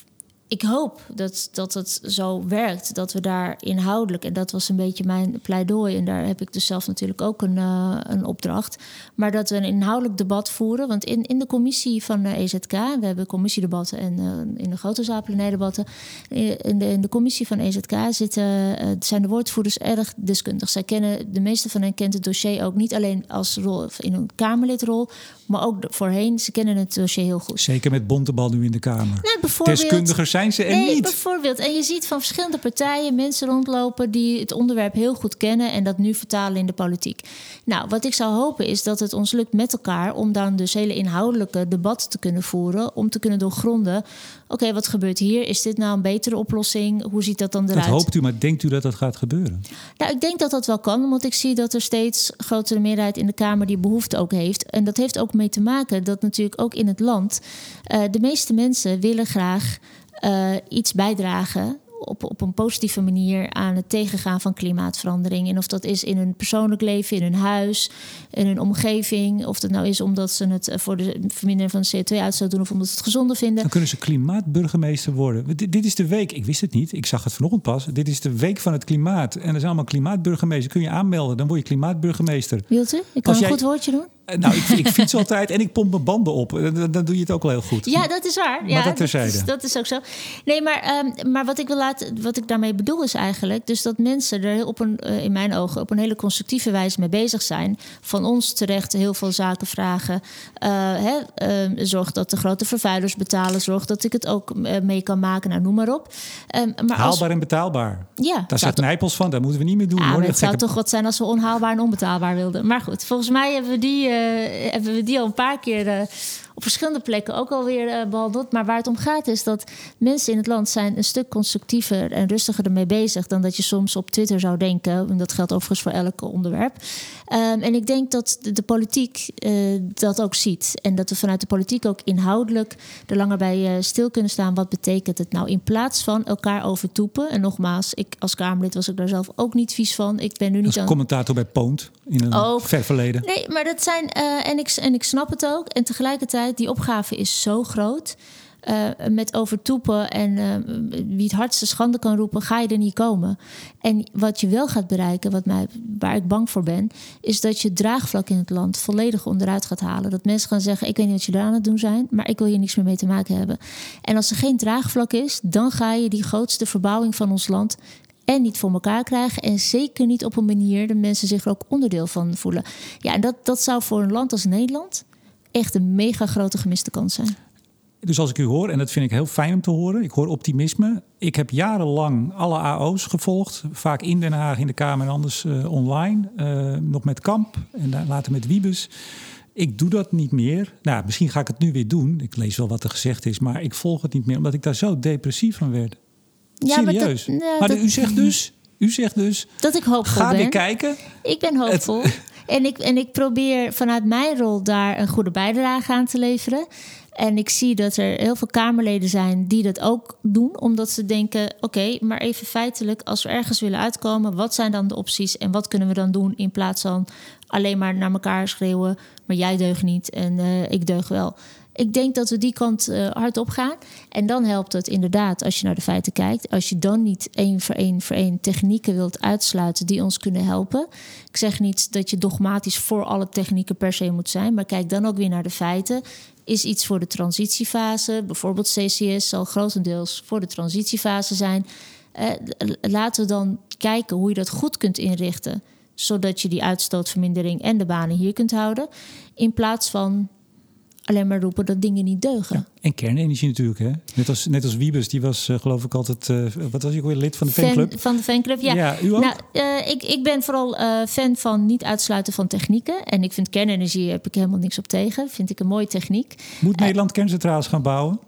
ik hoop dat, dat het zo werkt. Dat we daar inhoudelijk... en dat was een beetje mijn pleidooi... en daar heb ik dus zelf natuurlijk ook een, uh, een opdracht... maar dat we een inhoudelijk debat voeren. Want in, in de commissie van de E Z K... we hebben commissiedebatten en uh, in de grote zaal plenaire debatten... In de, in de commissie van E Z K zitten, uh, zijn de woordvoerders erg deskundig. Zij kennen, de meeste van hen kent het dossier ook niet alleen als rol in een Kamerlidrol... maar ook voorheen. Ze kennen het dossier heel goed. Zeker met Bontebal nu in de Kamer. Nou, bijvoorbeeld, deskundiger zijn ze er nee, niet. Bijvoorbeeld. En je ziet van verschillende partijen mensen rondlopen... die het onderwerp heel goed kennen... en dat nu vertalen in de politiek. Nou, wat ik zou hopen is dat het ons lukt met elkaar... om dan dus hele inhoudelijke debatten te kunnen voeren... om te kunnen doorgronden... oké, okay, wat gebeurt hier? Is dit nou een betere oplossing? Hoe ziet dat dan eruit? Dat hoopt u, maar denkt u dat dat gaat gebeuren? Nou, ik denk dat dat wel kan... want ik zie dat er steeds grotere meerderheid in de Kamer... die behoefte ook heeft. En dat heeft ook mee te maken dat natuurlijk ook in het land... Uh, de meeste mensen willen graag uh, iets bijdragen... Op, op een positieve manier aan het tegengaan van klimaatverandering. En of dat is in hun persoonlijk leven, in hun huis, in hun omgeving. Of dat nou is omdat ze het voor de vermindering van de C O twee uitstoot doen... of omdat ze het gezonder vinden. Dan kunnen ze klimaatburgemeester worden. D- dit is de week, ik wist het niet, ik zag het vanochtend pas. Dit is de week van het klimaat. En er zijn allemaal klimaatburgemeesters. Kun je aanmelden, dan word je klimaatburgemeester. Wilt u? Ik kan een jij... goed woordje doen. Nou, ik, ik fiets altijd en ik pomp mijn banden op. Dan, dan doe je het ook wel heel goed. Ja, dat is waar. Maar ja, dat terzijde. Dat is, dat is ook zo. Nee, maar, um, maar wat ik wil laten, wat ik daarmee bedoel is eigenlijk... dus dat mensen er op een, uh, in mijn ogen op een hele constructieve wijze mee bezig zijn. Van ons terecht heel veel zaken vragen. Uh, hè, uh, zorg dat de grote vervuilers betalen. Zorg dat ik het ook uh, mee kan maken. Nou, noem maar op. Um, maar Haalbaar als... en betaalbaar. Ja, daar staat Nijpels van. Dat moeten we niet meer doen. Ja, hoor. het zou gekke... toch wat zijn als we onhaalbaar en onbetaalbaar wilden. Maar goed, volgens mij hebben we die... Uh, hebben we die al een paar keer uh, op verschillende plekken ook alweer uh, behandeld. Maar waar het om gaat is dat mensen in het land zijn een stuk constructiever en rustiger ermee bezig dan dat je soms op Twitter zou denken. En dat geldt overigens voor elk onderwerp. Um, en ik denk dat de, de politiek uh, dat ook ziet. En dat we vanuit de politiek ook inhoudelijk er langer bij uh, stil kunnen staan. Wat betekent het nou? In plaats van elkaar overtoepen. En nogmaals, ik als Kamerlid was ik daar zelf ook niet vies van. Ik ben nu niet als aan... commentator bij Poont in een ook. ver verleden. Nee, maar dat zijn... Uh, en, ik, en ik snap het ook. En tegelijkertijd, die opgave is zo groot. Uh, met overtoepen en uh, wie het hardste schande kan roepen, ga je er niet komen. En wat je wel gaat bereiken, wat mij, waar ik bang voor ben, is dat je het draagvlak in het land volledig onderuit gaat halen. Dat mensen gaan zeggen, ik weet niet wat jullie aan het doen zijn, maar ik wil hier niks meer mee te maken hebben. En als er geen draagvlak is, dan ga je die grootste verbouwing van ons land en niet voor elkaar krijgen. En zeker niet op een manier dat mensen zich er ook onderdeel van voelen. Ja, en dat, dat zou voor een land als Nederland echt een mega grote gemiste kans zijn. Dus als ik u hoor, en dat vind ik heel fijn om te horen, ik hoor optimisme. Ik heb jarenlang alle A O's gevolgd, vaak in Den Haag, in de Kamer en anders uh, online. Uh, nog met Kamp en later met Wiebes. Ik doe dat niet meer. Nou, misschien ga ik het nu weer doen. Ik lees wel wat er gezegd is, maar ik volg het niet meer, omdat ik daar zo depressief van werd. Ja, serieus. Maar, dat, nou, maar dat, u zegt dus, u zegt dus, dat ik hoopvol ga ben. weer kijken. Ik ben hoopvol. Het, en, ik, en ik probeer vanuit mijn rol daar een goede bijdrage aan te leveren. En ik zie dat er heel veel Kamerleden zijn die dat ook doen. Omdat ze denken, oké, okay, maar even feitelijk, als we ergens willen uitkomen, wat zijn dan de opties en wat kunnen we dan doen in plaats van alleen maar naar elkaar schreeuwen, maar jij deugt niet en uh, ik deug wel. Ik denk dat we die kant uh, hard op gaan. En dan helpt het inderdaad als je naar de feiten kijkt. Als je dan niet één voor één voor één technieken wilt uitsluiten die ons kunnen helpen. Ik zeg niet dat je dogmatisch voor alle technieken per se moet zijn. Maar kijk dan ook weer naar de feiten. Is iets voor de transitiefase. Bijvoorbeeld C C S zal grotendeels voor de transitiefase zijn. Uh, laten we dan kijken hoe je dat goed kunt inrichten. Zodat je die uitstootvermindering en de banen hier kunt houden. In plaats van alleen maar roepen dat dingen niet deugen. Ja, en kernenergie natuurlijk, hè? Net als, net als Wiebes, die was uh, geloof ik altijd... Uh, wat was je ook weer, lid van de fanclub? Fan, van de fanclub, ja. ja u ook? Nou, uh, ik, ik ben vooral uh, fan van niet uitsluiten van technieken. En ik vind kernenergie, heb ik helemaal niks op tegen. Vind ik een mooie techniek. Moet uh, Nederland kerncentrales gaan bouwen?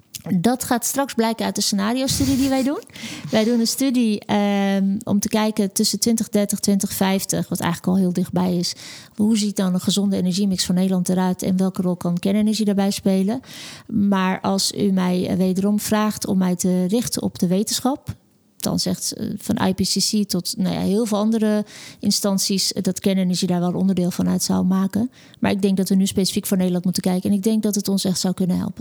Dat gaat straks blijken uit de scenario-studie die wij doen. Wij doen een studie um, om te kijken tussen twintig dertig, twintig vijftig... wat eigenlijk al heel dichtbij is. Hoe ziet dan een gezonde energiemix voor Nederland eruit en welke rol kan kernenergie daarbij spelen? Maar als u mij wederom vraagt om mij te richten op de wetenschap, dan zegt van I P C C tot nou ja, heel veel andere instanties dat kernenergie daar wel onderdeel van uit zou maken. Maar ik denk dat we nu specifiek voor Nederland moeten kijken. En ik denk dat het ons echt zou kunnen helpen.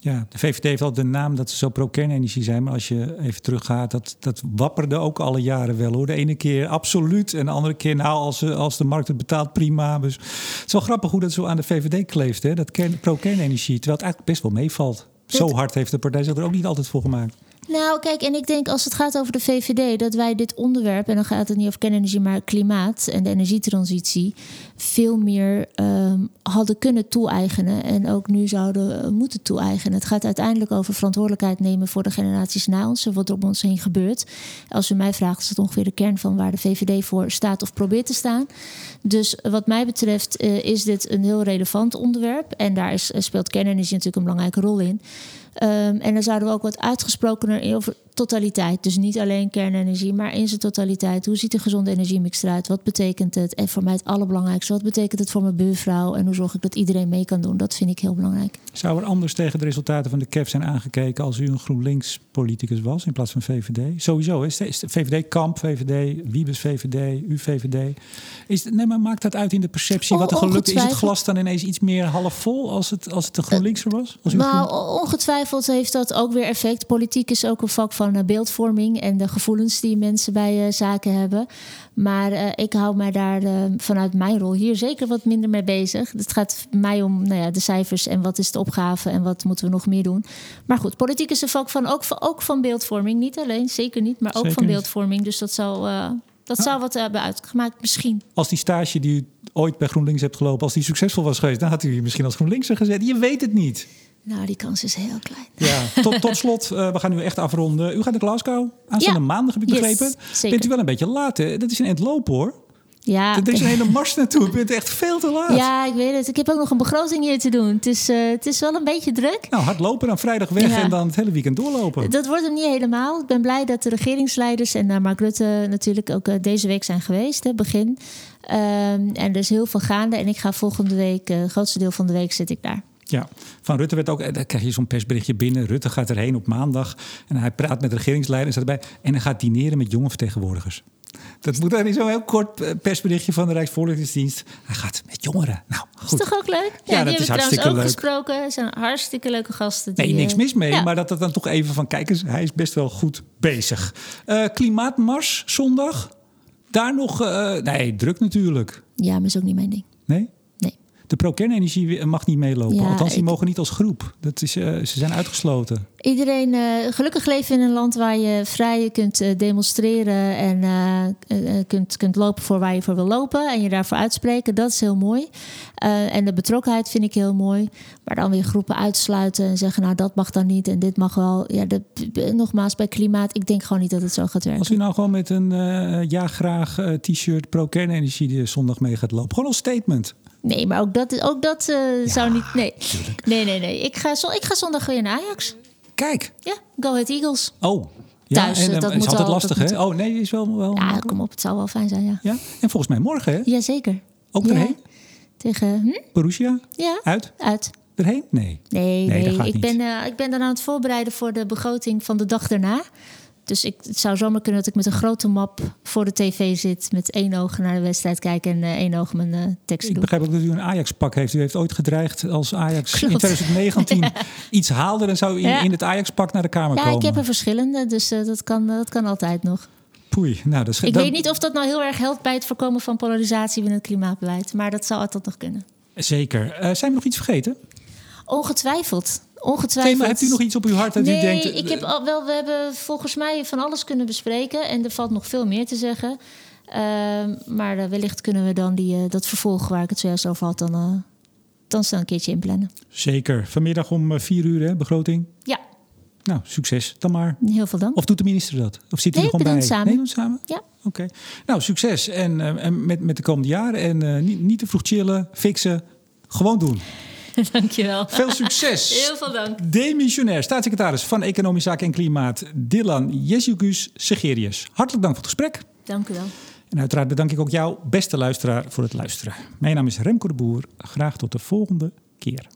Ja, de V V D heeft al de naam dat ze zo pro-kernenergie zijn. Maar als je even teruggaat, dat, dat wapperde ook alle jaren wel hoor. De ene keer absoluut en de andere keer nou als, als de markt het betaalt prima. Dus het is wel grappig hoe dat zo aan de V V D kleeft, hè? Dat kern, pro-kernenergie. Terwijl het eigenlijk best wel meevalt. Zo hard heeft de partij zich er ook niet altijd voor gemaakt. Nou, kijk, en ik denk als het gaat over de V V D... dat wij dit onderwerp, en dan gaat het niet over kernenergie... maar klimaat en de energietransitie... veel meer um, hadden kunnen toe-eigenen... en ook nu zouden moeten toe-eigenen. Het gaat uiteindelijk over verantwoordelijkheid nemen... voor de generaties na ons en wat er om ons heen gebeurt. Als u mij vraagt, is dat ongeveer de kern van... waar de V V D voor staat of probeert te staan. Dus wat mij betreft uh, is dit een heel relevant onderwerp... en daar is, speelt kernenergie natuurlijk een belangrijke rol in... Um, en dan zouden we ook wat uitgesprokener over totaliteit. Dus niet alleen kernenergie, maar in zijn totaliteit. Hoe ziet een gezonde energiemix eruit? Wat betekent het? En voor mij het allerbelangrijkste, wat betekent het voor mijn buurvrouw? En hoe zorg ik dat iedereen mee kan doen? Dat vind ik heel belangrijk. Zou er anders tegen de resultaten van de C E F zijn aangekeken... als u een GroenLinks-politicus was in plaats van V V D? Sowieso, is de V V D-Kamp, V V D, Wiebes V V D, U V V D. Is, nee, maar maakt dat uit in de perceptie? Wat er gelukt is? Is het glas dan ineens iets meer half vol als het, als het de GroenLinkser was? Als u nou, groen... ongetwijfeld heeft dat ook weer effect. Politiek is ook een vak van uh, beeldvorming... en de gevoelens die mensen bij uh, zaken hebben. Maar uh, ik hou mij daar uh, vanuit mijn rol hier zeker wat minder mee bezig. Het gaat mij om nou ja, de cijfers en wat is de opgave... en wat moeten we nog meer doen. Maar goed, politiek is een vak van, ook, van, ook van beeldvorming. Niet alleen, zeker niet, maar ook zeker van niet. beeldvorming. Dus dat zal... Uh, Dat zou wat hebben uitgemaakt, misschien. Als die stage die u ooit bij GroenLinks hebt gelopen... als die succesvol was geweest... dan had u misschien als GroenLinkser gezet. Je weet het niet. Nou, die kans is heel klein. Ja, tot, tot slot, uh, we gaan nu echt afronden. U gaat naar Glasgow aanstaande ja. maandag, heb ik begrepen. Yes, zeker. Bent u wel een beetje laat, hè? Dat is een eind lopen, hoor. Ja, er is een hele mars naartoe. U bent echt veel te laat. Ja, ik weet het. Ik heb ook nog een begroting hier te doen. Het is, uh, het is wel een beetje druk. Nou, hardlopen, dan vrijdag weg ja. en dan het hele weekend doorlopen. Dat wordt hem niet helemaal. Ik ben blij dat de regeringsleiders en uh, Mark Rutte natuurlijk ook uh, deze week zijn geweest, hè, begin. Um, en er is heel veel gaande. En ik ga volgende week, uh, het grootste deel van de week zit ik daar. Ja, van Rutte werd ook, dan krijg je zo'n persberichtje binnen. Rutte gaat erheen op maandag en hij praat met de regeringsleiders erbij. En hij gaat dineren met jonge vertegenwoordigers. Dat moet dan in zo'n heel kort persberichtje van de Rijksvoorlichtingsdienst. Hij gaat met jongeren. Nou, goed. Is toch ook leuk? Ja, ja die dat is hebben hartstikke trouwens ook leuk. gesproken. Het zijn hartstikke leuke gasten. Die, nee, niks mis mee. Ja. Maar dat het dan toch even van, kijk eens, hij is best wel goed bezig. Uh, Klimaatmars, zondag. Daar nog, uh, nee, druk natuurlijk. Ja, maar is ook niet mijn ding. Nee? Nee. De pro-kernenergie mag niet meelopen. Ja, Althans, die ik... mogen niet als groep. Dat is, uh, ze zijn uitgesloten. Iedereen, uh, gelukkig leven in een land waar je vrij kunt uh, demonstreren... en uh, uh, kunt, kunt lopen voor waar je voor wil lopen... en je daarvoor uitspreken. Dat is heel mooi. Uh, en de betrokkenheid vind ik heel mooi. Maar dan weer groepen uitsluiten en zeggen... nou, dat mag dan niet en dit mag wel. Ja, de, nogmaals, bij klimaat, ik denk gewoon niet dat het zo gaat werken. Als u nou gewoon met een uh, ja graag uh, t-shirt pro-kernenergie... de zondag mee gaat lopen. Gewoon als statement. Nee, maar ook dat, ook dat uh, ja, zou niet... Nee, nee, nee. nee. Ik, ga, ik ga zondag weer naar Ajax. Kijk. Ja, Go Ahead Eagles. Oh, ja, thuis. En, dat is moet altijd wel, lastig, dat hè? moet... Oh, nee, is wel... wel ja, kom op. Het zou wel fijn zijn, ja. Ja? En volgens mij morgen, hè? Jazeker. Ook erheen? Ja. Tegen... Hm? Borussia? Ja. Uit? Uit. Erheen? Nee. Nee, nee, nee. Dat ik, niet. ben, uh, ik ben dan aan het voorbereiden voor de begroting van de dag daarna. Dus ik, het zou zomaar kunnen dat ik met een grote map voor de tv zit... met één oog naar de wedstrijd kijken en uh, één oog mijn uh, tekst doen. Ik begrijp ook dat u een Ajax-pak heeft. U heeft ooit gedreigd als Ajax Klopt. in twintig negentien ja. iets haalde... dan zou u in, ja. in het Ajax-pak naar de Kamer ja, komen. Ja, ik heb er verschillende, dus uh, dat, kan, uh, dat kan altijd nog. Poei. Nou, dat is, ik dat... weet niet of dat nou heel erg helpt... bij het voorkomen van polarisatie binnen het klimaatbeleid. Maar dat zou altijd nog kunnen. Zeker. Uh, zijn we nog iets vergeten? Ongetwijfeld. Ongetwijfeld. Nee, maar hebt u nog iets op uw hart dat nee, u denkt... Nee, ik heb al wel, we hebben volgens mij van alles kunnen bespreken. En er valt nog veel meer te zeggen. Uh, maar uh, wellicht kunnen we dan die, uh, dat vervolg waar ik het zojuist over had... dan, uh, dan snel een keertje inplannen. Zeker. Vanmiddag om uh, vier uur, hè, begroting? Ja. Nou, succes dan maar. Heel veel dank. Of doet de minister dat? Of zit u nee, er gewoon bij? Samen. Nee, doen samen? Ja. Oké. Okay. Nou, succes. En, uh, en met, met de komende jaren. En uh, niet, niet te vroeg chillen, fixen. Gewoon doen. Dankjewel. Veel succes. Heel veel dank. Demissionair staatssecretaris van Economische Zaken en Klimaat, Dylan Jezilgus Segerius. Hartelijk dank voor het gesprek. Dank u wel. En uiteraard bedank ik ook jou, beste luisteraar, voor het luisteren. Mijn naam is Remco de Boer. Graag tot de volgende keer.